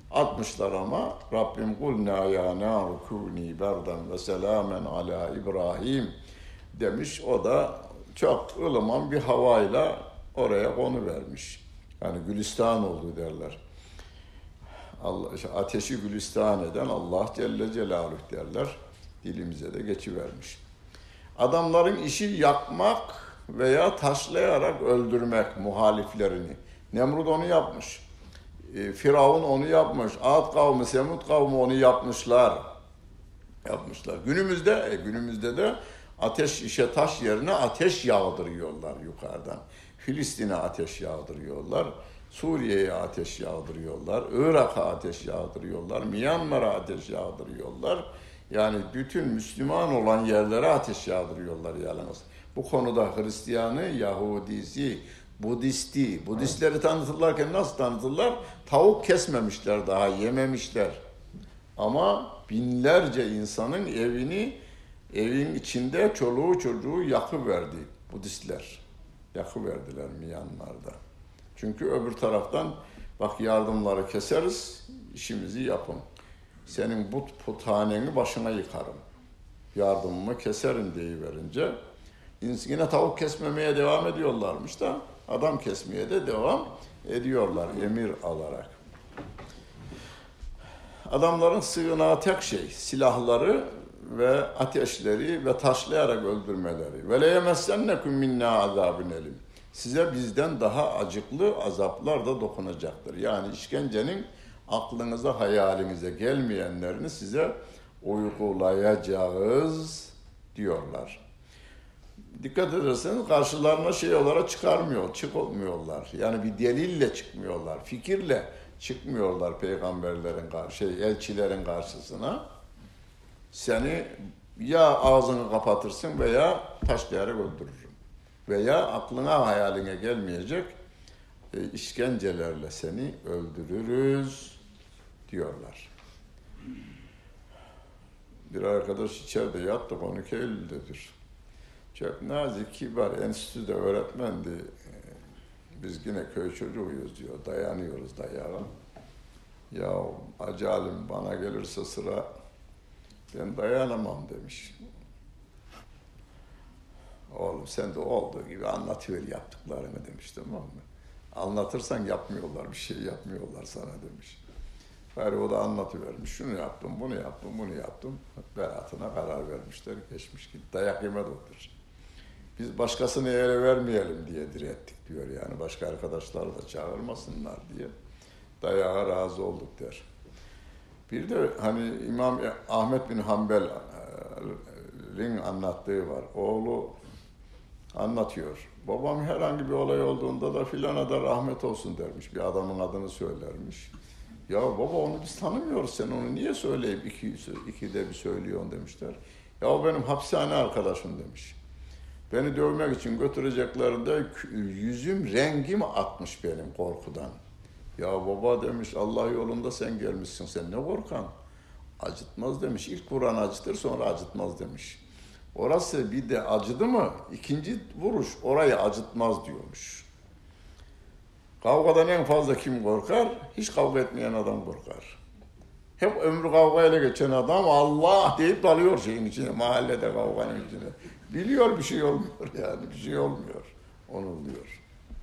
Atmışlar ama Rabbim kulna ya naru kuni berden ve selamen ala İbrahim demiş. O da çok ılıman bir havayla oraya konu vermiş. Yani gülistan oldu derler. Allah, ateşi gülistan eden Allah Celle Celaluhu derler. Dilimize de geçivermiş. Adamların işi yakmak veya taşlayarak öldürmek muhaliflerini. Nemrut onu yapmış. E, Firavun onu yapmış. Ad kavmi, Semud kavmi onu yapmışlar. Yapmışlar. Günümüzde, e, günümüzde de ateş işe taş yerine ateş yağdırıyorlar yukarıdan. Filistin'e ateş yağdırıyorlar. Suriye'ye ateş yağdırıyorlar. Irak'a ateş yağdırıyorlar. Myanmar'a ateş yağdırıyorlar. Yani bütün Müslüman olan yerlere ateş yağdırıyorlar yalnız. Bu konuda Hristiyanı, Yahudisi, Budisti, Budistleri tanıtırlarken nasıl tanıtırlar? Tavuk kesmemişler daha, yememişler. Ama binlerce insanın evini, evin içinde çoluğu çocuğu yakıverdi Budistler. Yakıverdiler Myanmar'da. Çünkü öbür taraftan bak yardımları keseriz, işimizi yapın. Senin but puthaneni başına yıkarım. Yardımımı keserim deyiverince yine tavuk kesmemeye devam ediyorlarmış da adam kesmeye de devam ediyorlar emir alarak. Adamların sığınağı tek şey, silahları ve ateşleri ve taşlayarak öldürmeleri. Ve leyemessennekum minna azabun elim. Size bizden daha acıklı azaplar da dokunacaktır. Yani işkencenin aklınıza, hayalinize gelmeyenlerini size uygulayacağız diyorlar. Dikkat ederseniz karşılarına şey olarak çıkarmıyor, çıkmıyorlar. Yani bir delille çıkmıyorlar, fikirle çıkmıyorlar peygamberlerin karşı, şey, elçilerin karşısına. Seni ya ağzını kapatırsın veya taşlayarak öldürürüm. Veya aklına hayaline gelmeyecek e, işkencelerle seni öldürürüz diyorlar. Bir arkadaş içeride yattık on iki Eylül'dedir. Çok nazik, kibar, enstitüde öğretmendi. Biz yine köy çocuğuyuz diyor, dayanıyoruz dayağa. Ya acalim bana gelirse sıra ben dayanamam demiş. Oğlum sen de olduğu gibi anlatıver yaptıklarını demiş, tamam mı? Anlatırsan yapmıyorlar, bir şey yapmıyorlar sana demiş. Bari o da anlatıvermiş. Şunu yaptım, bunu yaptım, bunu yaptım. Beratına karar vermişler, geçmiş gibi. Dayak yemedi odur. Biz başkasını ele vermeyelim diye direttik diyor yani. Başka arkadaşları da çağırmasınlar diye. Dayağa razı olduk der. Bir de hani İmam Ahmet bin Hanbel'in anlattığı var. Oğlu anlatıyor. Babam herhangi bir olay olduğunda da filana da rahmet olsun dermiş. Bir adamın adını söylermiş. Ya baba onu biz tanımıyoruz, sen onu niye söyleyip iki, ikide bir söylüyorsun demişler. Ya benim hapishane arkadaşım demiş. Beni dövmek için götüreceklerinde yüzüm rengim atmış benim korkudan. Ya baba demiş, Allah yolunda sen gelmişsin, sen ne korkan? Acıtmaz demiş. İlk vuran acıtır, sonra acıtmaz demiş. Orası bir de acıdı mı, ikinci vuruş orayı acıtmaz diyormuş. Kavgadan en fazla kim korkar? Hiç kavga etmeyen adam korkar. Hep ömrü kavgayla geçen adam Allah deyip dalıyor şeyin içine, mahallede kavganın içine. Biliyor bir şey olmuyor yani, bir şey olmuyor. Onu diyor.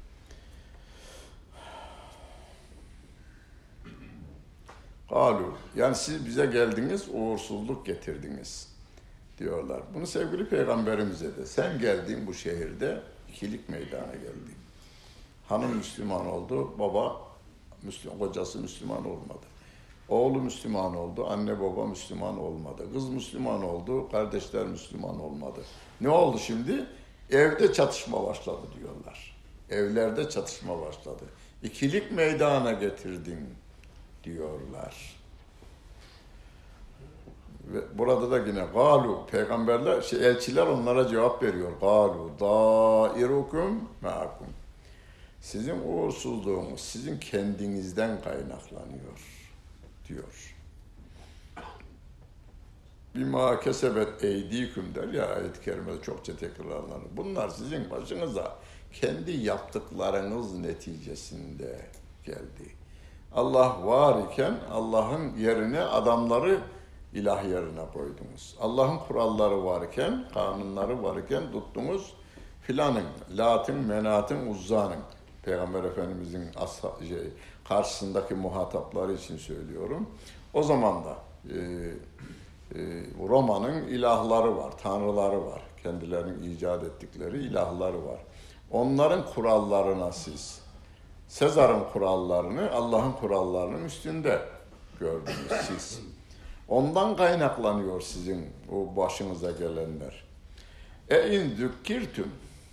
Kalu, yani siz bize geldiniz, uğursuzluk getirdiniz diyorlar. Bunu sevgili peygamberimize de, sen geldin bu şehirde, ikilik meydana geldi. Hanım Müslüman oldu, baba, Müslüman, kocası Müslüman olmadı. Oğlu Müslüman oldu, anne baba Müslüman olmadı. Kız Müslüman oldu, kardeşler Müslüman olmadı. Ne oldu şimdi? Evde çatışma başladı diyorlar. Evlerde çatışma başladı. İkilik meydana getirdin diyorlar. Ve burada da yine galu, peygamberler, şey, elçiler onlara cevap veriyor. Galu dairukum ma'akum. Sizin uğursuzluğunuz sizin kendinizden kaynaklanıyor diyor. Bima kesebet eydiküm der ya ayet-i kerimede çokça tekrarlanır. Bunlar sizin başınıza kendi yaptıklarınız neticesinde geldi. Allah var iken Allah'ın yerine adamları ilah yerine koydunuz. Allah'ın kuralları varken, kanunları varken tuttunuz filanın, Lat'ın, Menat'ın, Uzza'nın, Peygamber Efendimizin şey, karşısındaki muhatapları için söylüyorum. O zaman da e, e, Roma'nın ilahları var, tanrıları var. Kendilerinin icat ettikleri ilahları var. Onların kurallarına siz, Sezar'ın kurallarını Allah'ın kurallarının üstünde gördünüz siz. Ondan kaynaklanıyor sizin o başınıza gelenler. E in zükkirtüm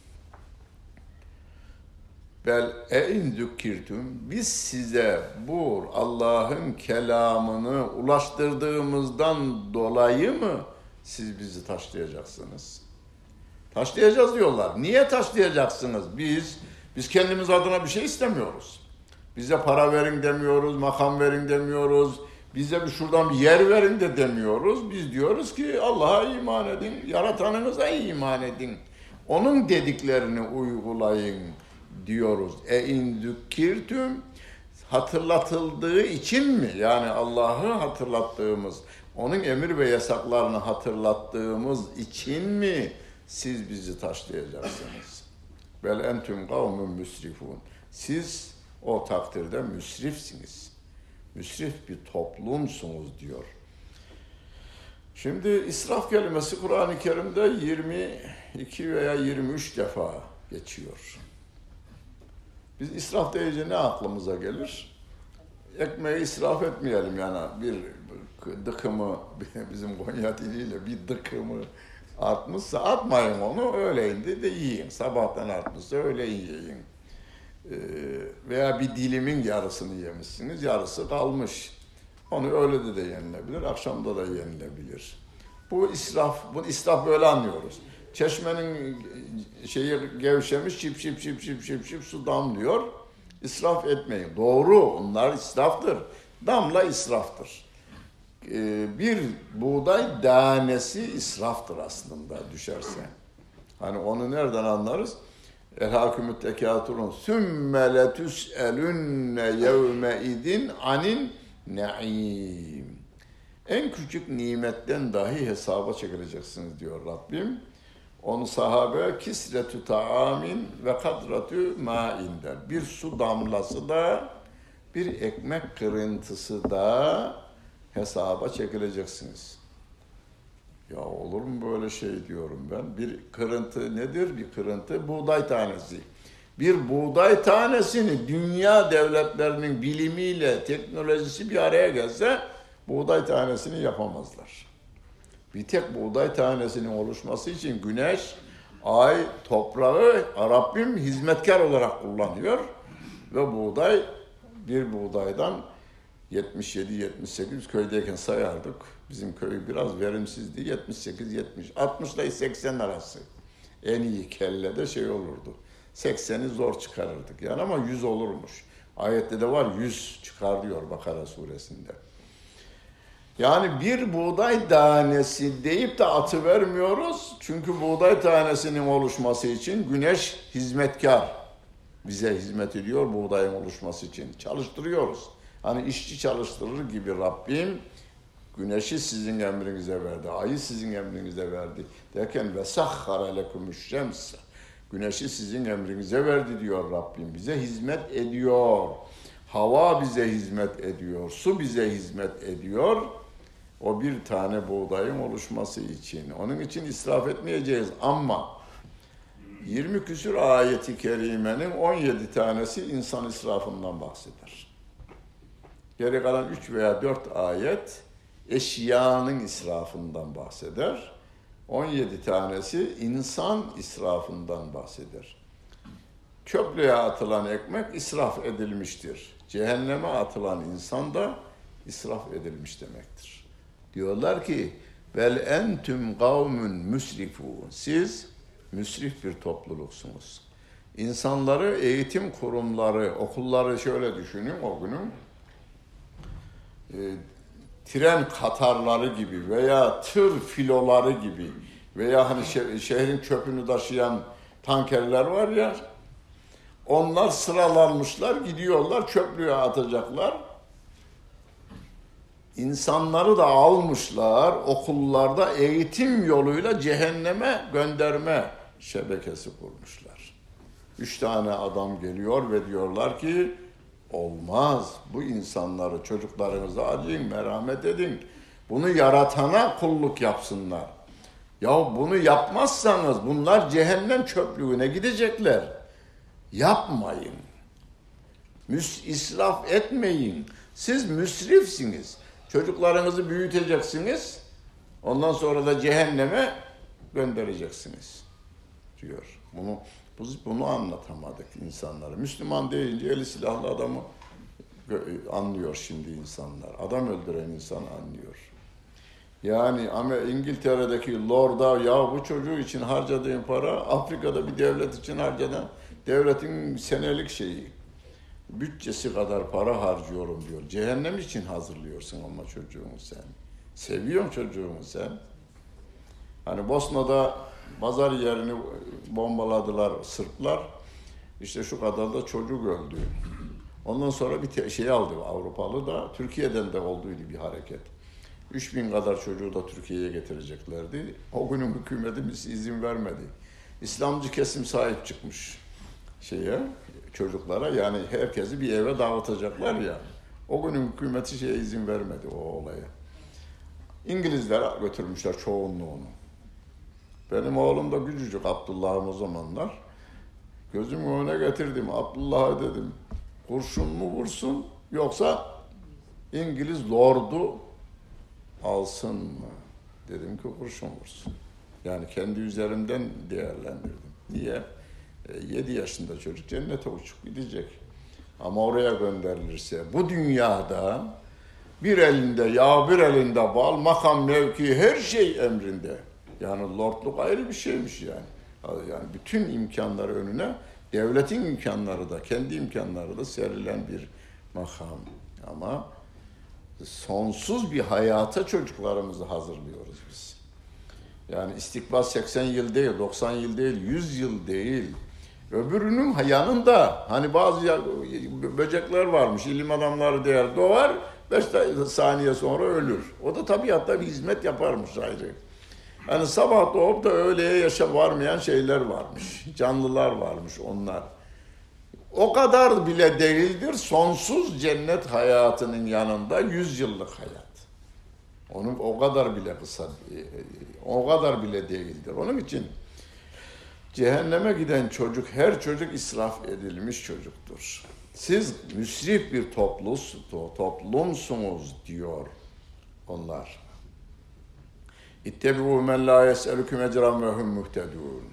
bel e in zükkirtüm biz size bu Allah'ın kelamını ulaştırdığımızdan dolayı mı siz bizi taşlayacaksınız? Taşlayacağız diyorlar. Niye taşlayacaksınız? Biz biz kendimiz adına bir şey istemiyoruz. Bize para verin demiyoruz, makam verin demiyoruz. Bize bir şuradan bir yer verin de demiyoruz. Biz diyoruz ki Allah'a iman edin, yaratanınıza iman edin. Onun dediklerini uygulayın diyoruz. E in zükkirtüm hatırlatıldığı için mi? Yani Allah'ı hatırlattığımız, onun emir ve yasaklarını hatırlattığımız için mi siz bizi taşlayacaksınız? Vel entüm kavmun müsrifun. Siz o takdirde müsrifsiniz. Müsrif bir toplumsunuz diyor. Şimdi israf kelimesi Kur'an-ı Kerim'de yirmi iki veya yirmi üç defa geçiyor. Biz israf deyince ne aklımıza gelir? Ekmeği israf etmeyelim yani bir dıkımı bizim Konya diliyle bir dıkımı artmışsa atmayın onu öyle indi de yiyin. Sabahtan artmışsa öyle yiyin. Ee, veya bir dilimin yarısını yemişsiniz, yarısı kalmış. Onu öyle de de yenilebilir, akşamda da yenilebilir. Bu israf, bu israf böyle anlıyoruz. Çeşmenin şeyi gevşemiş, şip şip şip şip şip şip su damlıyor. İsraf etmeyin. Doğru, onlar israftır. Damla israftır. Ee, bir buğday tanesi israftır aslında düşerse. Hani onu nereden anlarız? El-Hakümü't Tekâturun sümme letüs'elünne yevme idin anin ne'im. En küçük nimetten dahi hesaba çekileceksiniz diyor Rabbim. Onu sahabe kisretü ta'amin ve kadratü ma'in der. Bir su damlası da, bir ekmek kırıntısı da hesaba çekileceksiniz. Ya olur mu böyle şey diyorum ben. Bir kırıntı nedir? Bir kırıntı buğday tanesi. Bir buğday tanesini dünya devletlerinin bilimiyle teknolojisi bir araya gelse buğday tanesini yapamazlar. Bir tek buğday tanesinin oluşması için güneş, ay, toprağı Rabbim hizmetkar olarak kullanıyor ve buğday bir buğdaydan yetmiş yedi yetmiş sekiz köydeyken sayardık. Bizim köy biraz verimsizdi. yetmiş sekiz yetmiş altmış ile seksen arası. En iyi kellede şey olurdu. sekseni zor çıkarırdık yani ama yüz olurmuş. Ayette de var yüz çıkar diyor Bakara suresinde. Yani bir buğday tanesi deyip de atı vermiyoruz. Çünkü buğday tanesinin oluşması için güneş hizmetkar. Bize hizmet ediyor buğdayın oluşması için. Çalıştırıyoruz. Hani işçi çalıştırır gibi Rabbim güneşi sizin emrinize verdi, ayı sizin emrinize verdi derken ve sahhara lekumuş şems. Güneşi sizin emrinize verdi diyor Rabbim. Bize hizmet ediyor. Hava bize hizmet ediyor. Su bize hizmet ediyor. O bir tane buğdayın oluşması için. Onun için israf etmeyeceğiz ama yirmi küsur ayeti kerimenin on yedi tanesi insan israfından bahseder. Geri kalan üç veya dört ayet eşyanın israfından bahseder. on yedi tanesi insan israfından bahseder. Çöplüğe atılan ekmek israf edilmiştir. Cehenneme atılan insan da israf edilmiş demektir. Diyorlar ki vel entüm kavmun müsrifun. Siz müsrif bir topluluksunuz. İnsanları eğitim kurumları, okulları şöyle düşünün o günün. E, tren katarları gibi veya tır filoları gibi veya hani şehrin çöpünü taşıyan tankerler var ya, onlar sıralanmışlar, gidiyorlar, çöplüğe atacaklar. İnsanları da almışlar, okullarda eğitim yoluyla cehenneme gönderme şebekesi kurmuşlar. Üç tane adam geliyor ve diyorlar ki, olmaz, bu insanları, çocuklarınızı acıyın, merhamet edin. Bunu yaratana kulluk yapsınlar. Ya bunu yapmazsanız bunlar cehennem çöplüğüne gidecekler. Yapmayın. Müs israf etmeyin. Siz müsrifsiniz. Çocuklarınızı büyüteceksiniz. Ondan sonra da cehenneme göndereceksiniz diyor. Bunu biz bunu anlatamadık insanlara. Müslüman deyince eli silahlı adamı anlıyor şimdi insanlar. Adam öldüren insan anlıyor. Yani ama İngiltere'deki Lord'a ya bu çocuğu için harcadığın para Afrika'da bir devlet için harcanan devletin senelik şeyi. Bütçesi kadar para harcıyorum diyor. Cehennem için hazırlıyorsun ama çocuğunu sen. Seviyorsun çocuğunu sen. Hani Bosna'da pazar yerini bombaladılar Sırplar. İşte şu kadar da çocuk öldü. Ondan sonra bir şey aldı Avrupalı da. Türkiye'den de olduydu bir hareket. Üç bin kadar çocuğu da Türkiye'ye getireceklerdi. O günün hükümetimiz izin vermedi. İslamcı kesim sahip çıkmış şeye, çocuklara. Yani herkesi bir eve dağıtacaklar ya. O günün hükümeti şeye izin vermedi o olaya. İngilizler götürmüşler çoğunluğunu. Benim oğlum da küçücük Abdullah'ım o zamanlar. Gözümün önüne getirdim. Abdullah'a dedim, kurşun mu vursun yoksa İngiliz lordu alsın mı? Dedim ki kurşun vursun. Yani kendi üzerimden değerlendirdim. Niye? E, yedi yaşında çocuk cennete uçup gidecek. Ama oraya gönderilirse bu dünyada bir elinde yağ, bir elinde bal, makam, mevki, her şey emrinde. Yani lordluk ayrı bir şeymiş yani. Yani bütün imkanları önüne, devletin imkanları da, kendi imkanları da serilen bir makam. Ama sonsuz bir hayata çocuklarımızı hazırlıyoruz biz. Yani istikbal seksen yıl değil, doksan yıl değil, yüz yıl değil. Öbürünün yanında hani bazı böcekler varmış, ilim adamları der, doğar, beş saniye sonra ölür. O da tabiatta bir hizmet yaparmış ayrı. Yani sabah doğup da öğleye yaşa varmayan şeyler varmış, canlılar varmış onlar. O kadar bile değildir, sonsuz cennet hayatının yanında yüz yıllık hayat. Onun o kadar bile kısa, o kadar bile değildir. Onun için cehenneme giden çocuk, her çocuk israf edilmiş çocuktur. Siz müsrif bir toplus, toplumsunuz diyor onlar. İttebi'u men la yes'elüküm ecran ve hum muhtedûn.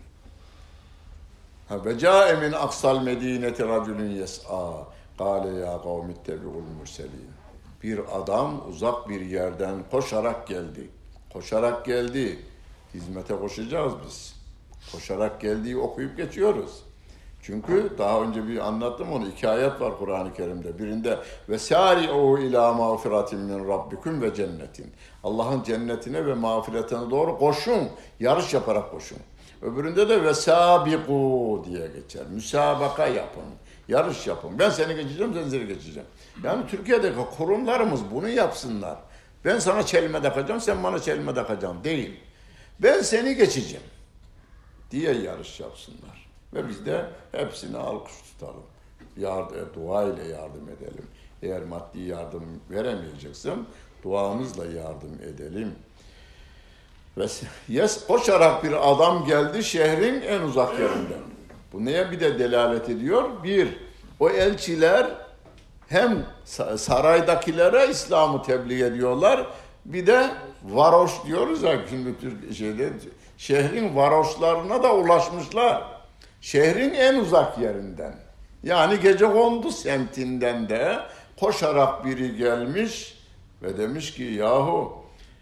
Ve câe min aksal medîneti racülün yes'a. Kâle ya kavmi ittebi'ul murselîn. Bir adam uzak bir yerden koşarak geldi. Koşarak geldi. Hizmete koşacağız biz. Koşarak geldiği okuyup geçiyoruz. Çünkü daha önce bir anlattım onu. İki ayet var Kur'an-ı Kerim'de. Birinde ve sâri'û ilâ mağfiratin min rabbikum ve cennetin. Allah'ın cennetine ve mağfiretine doğru koşun. Yarış yaparak koşun. Öbüründe de ve sâbiqû diye geçer. Müsabaka yapın. Yarış yapın. Ben seni geçeceğim, sen seni geçeceğim. Yani Türkiye'deki kurumlarımız bunu yapsınlar. Ben sana çelme takacağım, sen bana çelme takacaksın. Değil. Ben seni geçeceğim diye yarış yapsınlar. Ve biz de hepsine alkış tutalım. Yardım, dua ile yardım edelim. Eğer maddi yardım veremeyeceksem duamızla yardım edelim. Ve yes, koşarak bir adam geldi şehrin en uzak yerinden. Bu neye bir de delalet ediyor? Bir, o elçiler hem saraydakilere İslam'ı tebliğ ediyorlar, bir de varoş diyoruz ya şimdi Türk şeyde, şehrin varoşlarına da ulaşmışlar. Şehrin en uzak yerinden. Yani Gecekondu semtinden de koşarak biri gelmiş ve demiş ki yahu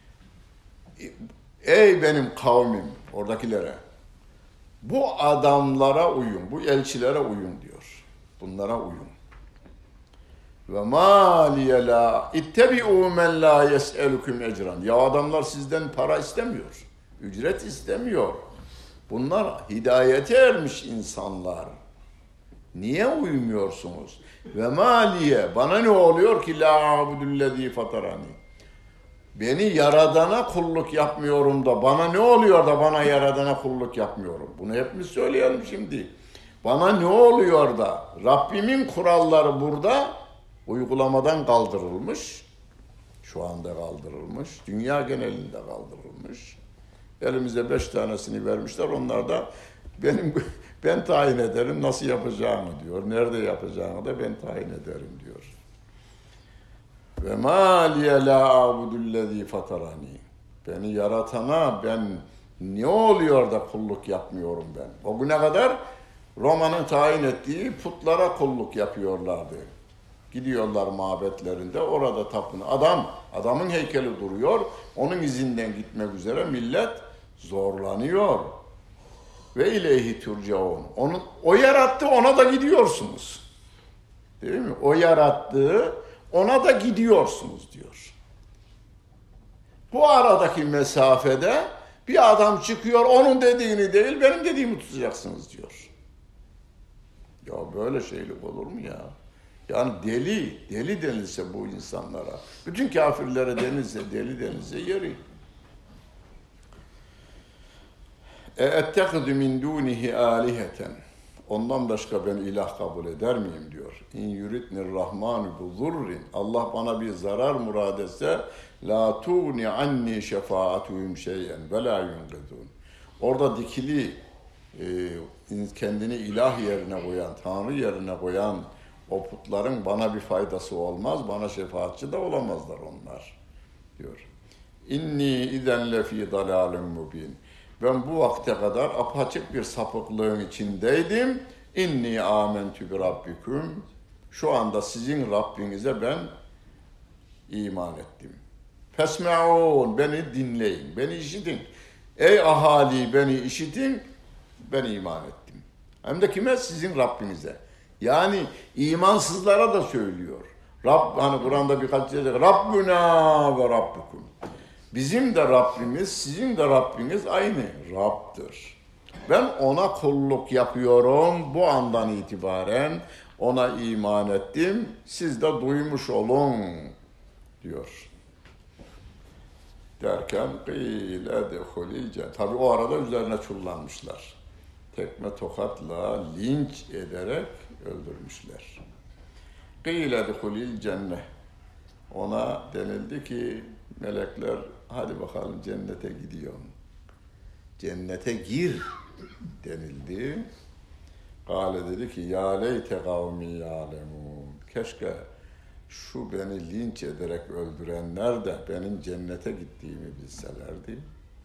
ey benim kavmim, oradakilere, bu adamlara uyun, bu elçilere uyun diyor. Bunlara uyun. Ve mâ liye lâ ittebi'û men lâ yes'elüküm ecran. Ya adamlar sizden para istemiyor, ücret istemiyor. Bunlar hidayete ermiş insanlar. Niye uymuyorsunuz? Ve mâ liye, bana ne oluyor ki lâ abudüllezî fatarani. Beni yaradana kulluk yapmıyorum da bana ne oluyor da bana yaradana kulluk yapmıyorum? Bunu hepimiz söyleyelim şimdi. Bana ne oluyor da Rabbimin kuralları burada uygulamadan kaldırılmış. Şu anda kaldırılmış. Dünya genelinde kaldırılmış. Elimize beş tanesini vermişler. Onlar da benim ben tayin ederim nasıl yapacağımı diyor. Nerede yapacağımı da ben tayin ederim diyor. Ve ma liye la a'budullezî fatarani. Beni yaratana ben ne oluyor da kulluk yapmıyorum ben? O güne kadar Roma'nın tayin ettiği putlara kulluk yapıyorlardı. Gidiyorlar mabetlerinde orada tapın. Adam, adamın heykeli duruyor. Onun izinden gitmek üzere millet zorlanıyor. Ve ileyhi turcaun. Onu o yarattı, ona da gidiyorsunuz. Değil mi? O yarattığı, ona da gidiyorsunuz diyor. Bu aradaki mesafede bir adam çıkıyor, onun dediğini değil, benim dediğimi tutacaksınız diyor. Ya böyle şeylik olur mu ya? Yani deli, deli denilse bu insanlara, bütün kafirlere denilse, deli denilse yeri. اَاَتَّخِذُ مِنْ دُونِهِ آلِهَةً. Ondan başka ben ilah kabul eder miyim diyor. İn yuridnir rahmanu bu zurrin. Allah bana bir zarar murad etse la tuğni anni şefaatuhum şeyen ve la yunqidun. Orada dikili e, kendini ilah yerine koyan, Tanrı yerine koyan o putların bana bir faydası olmaz, bana şefaatçi de olamazlar onlar diyor. İnni izen lefi dalalin mubin. Ben bu vakte kadar apaçık bir sapıklığın içindeydim. İnni âmentü bi rabbikum. Şu anda sizin Rabbinize ben iman ettim. Fesme'ûn, beni dinleyin, beni işitin. Ey ahali beni işitin, ben iman ettim. Hem de kime? Sizin Rabbinize. Yani imansızlara da söylüyor. Rabb, hani Kur'an'da birkaç yerde Rabbuna ve Rabbukum. Bizim de Rabbimiz, sizin de Rabbiniz aynı Rabb'dir. Ben ona kulluk yapıyorum. Bu andan itibaren ona iman ettim. Siz de duymuş olun diyor. Derken qîle dehulil cennet. Tabi o arada üzerine çullanmışlar. Tekme tokatla linç ederek öldürmüşler. Qîle dehulil cennet. Ona denildi ki melekler hadi bakalım cennete gidiyorum. Cennete gir denildi. Kâle dedi ki ya leyte kavmi yâlemûn. Keşke şu beni linç ederek öldürenler de benim cennete gittiğimi bilselerdi.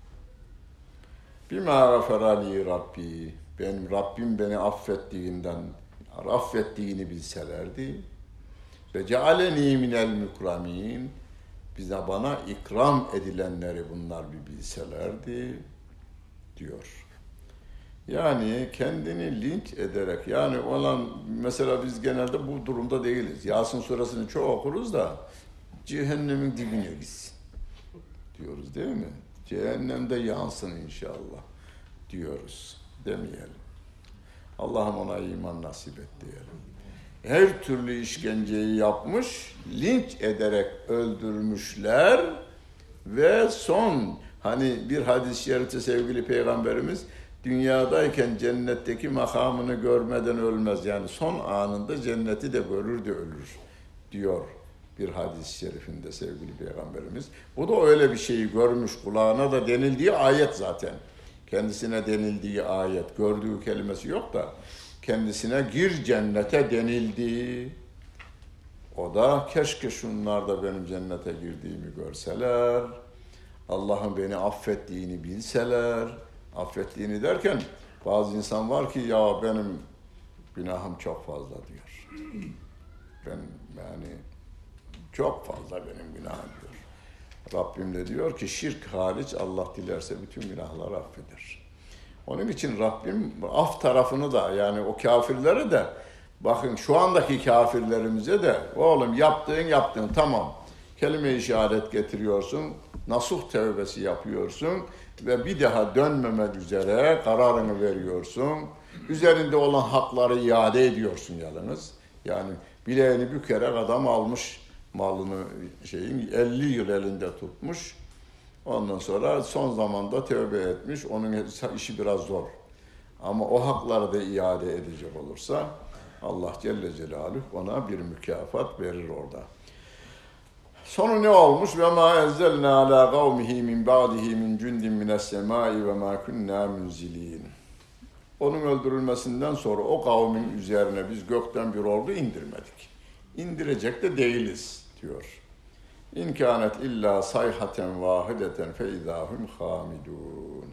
Bimâ gaferâli Rabbi. Benim Rabbim beni affettiğinden, affettiğini bilselerdi. Ve cealeni minel mükramîn. Bize bana ikram edilenleri bunlar bir bilselerdi diyor. Yani kendini linç ederek, yani olan mesela biz genelde bu durumda değiliz. Yasin suresini çok okuruz da cehennemin dibine gitsin diyoruz değil mi? Cehennemde yansın inşallah diyoruz demeyelim. Allah'ım ona iman nasip et diyelim. Her türlü işkenceyi yapmış, linç ederek öldürmüşler ve son, hani bir hadis-i şerifte sevgili Peygamberimiz, dünyadayken cennetteki makamını görmeden ölmez. Yani son anında cenneti de görür de ölür diyor bir hadis-i şerifinde sevgili Peygamberimiz. Bu da öyle bir şeyi görmüş, kulağına da denildiği ayet zaten. Kendisine denildiği ayet, gördüğü kelimesi yok da kendisine gir cennete denildi. O da keşke şunlar da benim cennete girdiğimi görseler, Allah'ın beni affettiğini bilseler. Affettiğini derken bazı insan var ki ya benim günahım çok fazla diyor. Ben yani çok fazla benim günahım diyor. Rabbim de diyor ki şirk hariç Allah dilerse bütün günahları affeder. Onun için Rabbim af tarafını da yani o kafirleri de bakın şu andaki kafirlerimize de oğlum yaptığın yaptığın tamam. Kelime-i şehadet getiriyorsun, nasuh tevbesi yapıyorsun ve bir daha dönmemek üzere kararını veriyorsun. Üzerinde olan hakları iade ediyorsun yalnız. Yani bileğini bükerek adam almış malını şeyin elli yıl elinde tutmuş. Ondan sonra son zamanda tövbe etmiş. Onun işi biraz zor. Ama o hakları da iade edecek olursa Allah Celle Celaluhu ona bir mükafat verir orada. Sonu ne olmuş? Ve ma enzelna ala kavmihi min ba'dihi min cundin mine's semai ve ma kunna munzilin. Onun öldürülmesinden sonra o kavmin üzerine biz gökten bir ordu indirmedik. İndirecek de değiliz diyor. İn kânet illa sayhaten vahideten fe izâhum hamidun.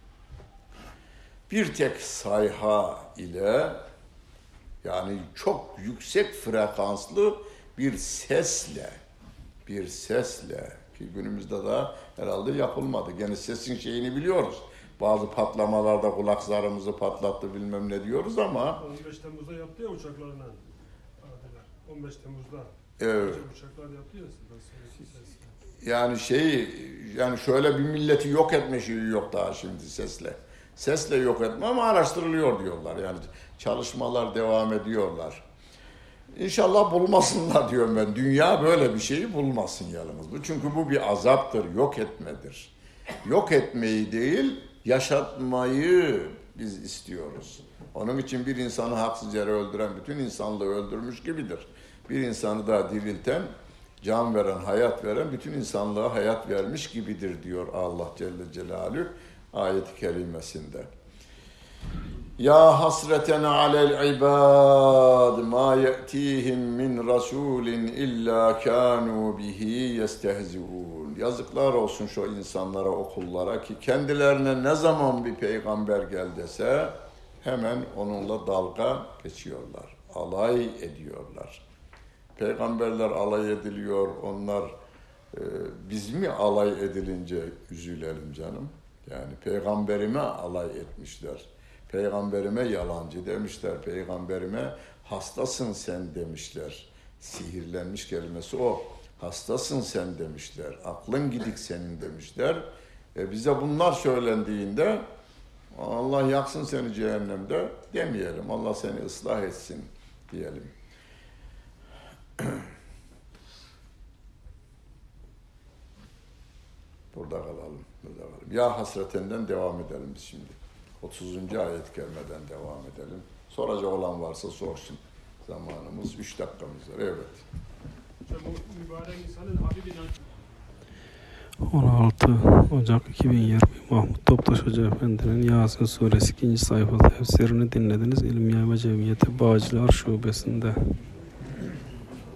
Bir tek sayha ile, yani çok yüksek frekanslı bir sesle, bir sesle ki günümüzde de herhalde yapılmadı. Gene sesin şeyini biliyoruz. Bazı patlamalarda kulak zarımızı patlattı bilmem ne diyoruz ama on beş Temmuz'da yaptı ya uçaklarına. on beş Temmuz'da. Evet. Uçaklar yaptı ya. Yani şey, yani şöyle bir milleti yok etme şeyi yok daha şimdi sesle. Sesle yok etme ama araştırılıyor diyorlar. Yani çalışmalar devam ediyorlar. İnşallah bulmasınlar diyorum ben. Dünya böyle bir şeyi bulmasın yalnız. Çünkü bu bir azaptır, yok etmedir. Yok etmeyi değil, yaşatmayı biz istiyoruz. Onun için bir insanı haksız yere öldüren bütün insanlığı öldürmüş gibidir. Bir insanı da dirilten, can veren, hayat veren bütün insanlığa hayat vermiş gibidir diyor Allah Celle Celaluhu ayet-i kerimesinde. Ya hasreten alel ibad ma ye'tihim min rasulin illa kanu bihi yestehzi'un. Yazıklar olsun şu insanlara, okullara ki kendilerine ne zaman bir peygamber gel dese hemen onunla dalga geçiyorlar, alay ediyorlar. Peygamberler alay ediliyor, onlar e, biz mi alay edilince üzülelim canım? Yani peygamberime alay etmişler. Peygamberime yalancı demişler. Peygamberime hastasın sen demişler. Sihirlenmiş kelimesi o. Hastasın sen demişler. Aklın gidik senin demişler. E bize bunlar söylendiğinde Allah yaksın seni cehennemde demeyelim. Allah seni ıslah etsin diyelim. Burada kalalım. Burada kalalım. Ya hasretenden devam edelim biz şimdi. otuzuncu ayet-i kerimeden devam edelim. Soracak olan varsa sorsun. Zamanımız üç dakikamız var. Evet. Hocam bu mübarek insanın Habibin on altı Ocak iki bin yirmi Mahmut Toptaş Hoca Efendi'nin Yasin Suresi ikinci sayfa tefsirini dinlediniz. İlim Yayma Cemiyeti Bağcılar Şubesi'nde.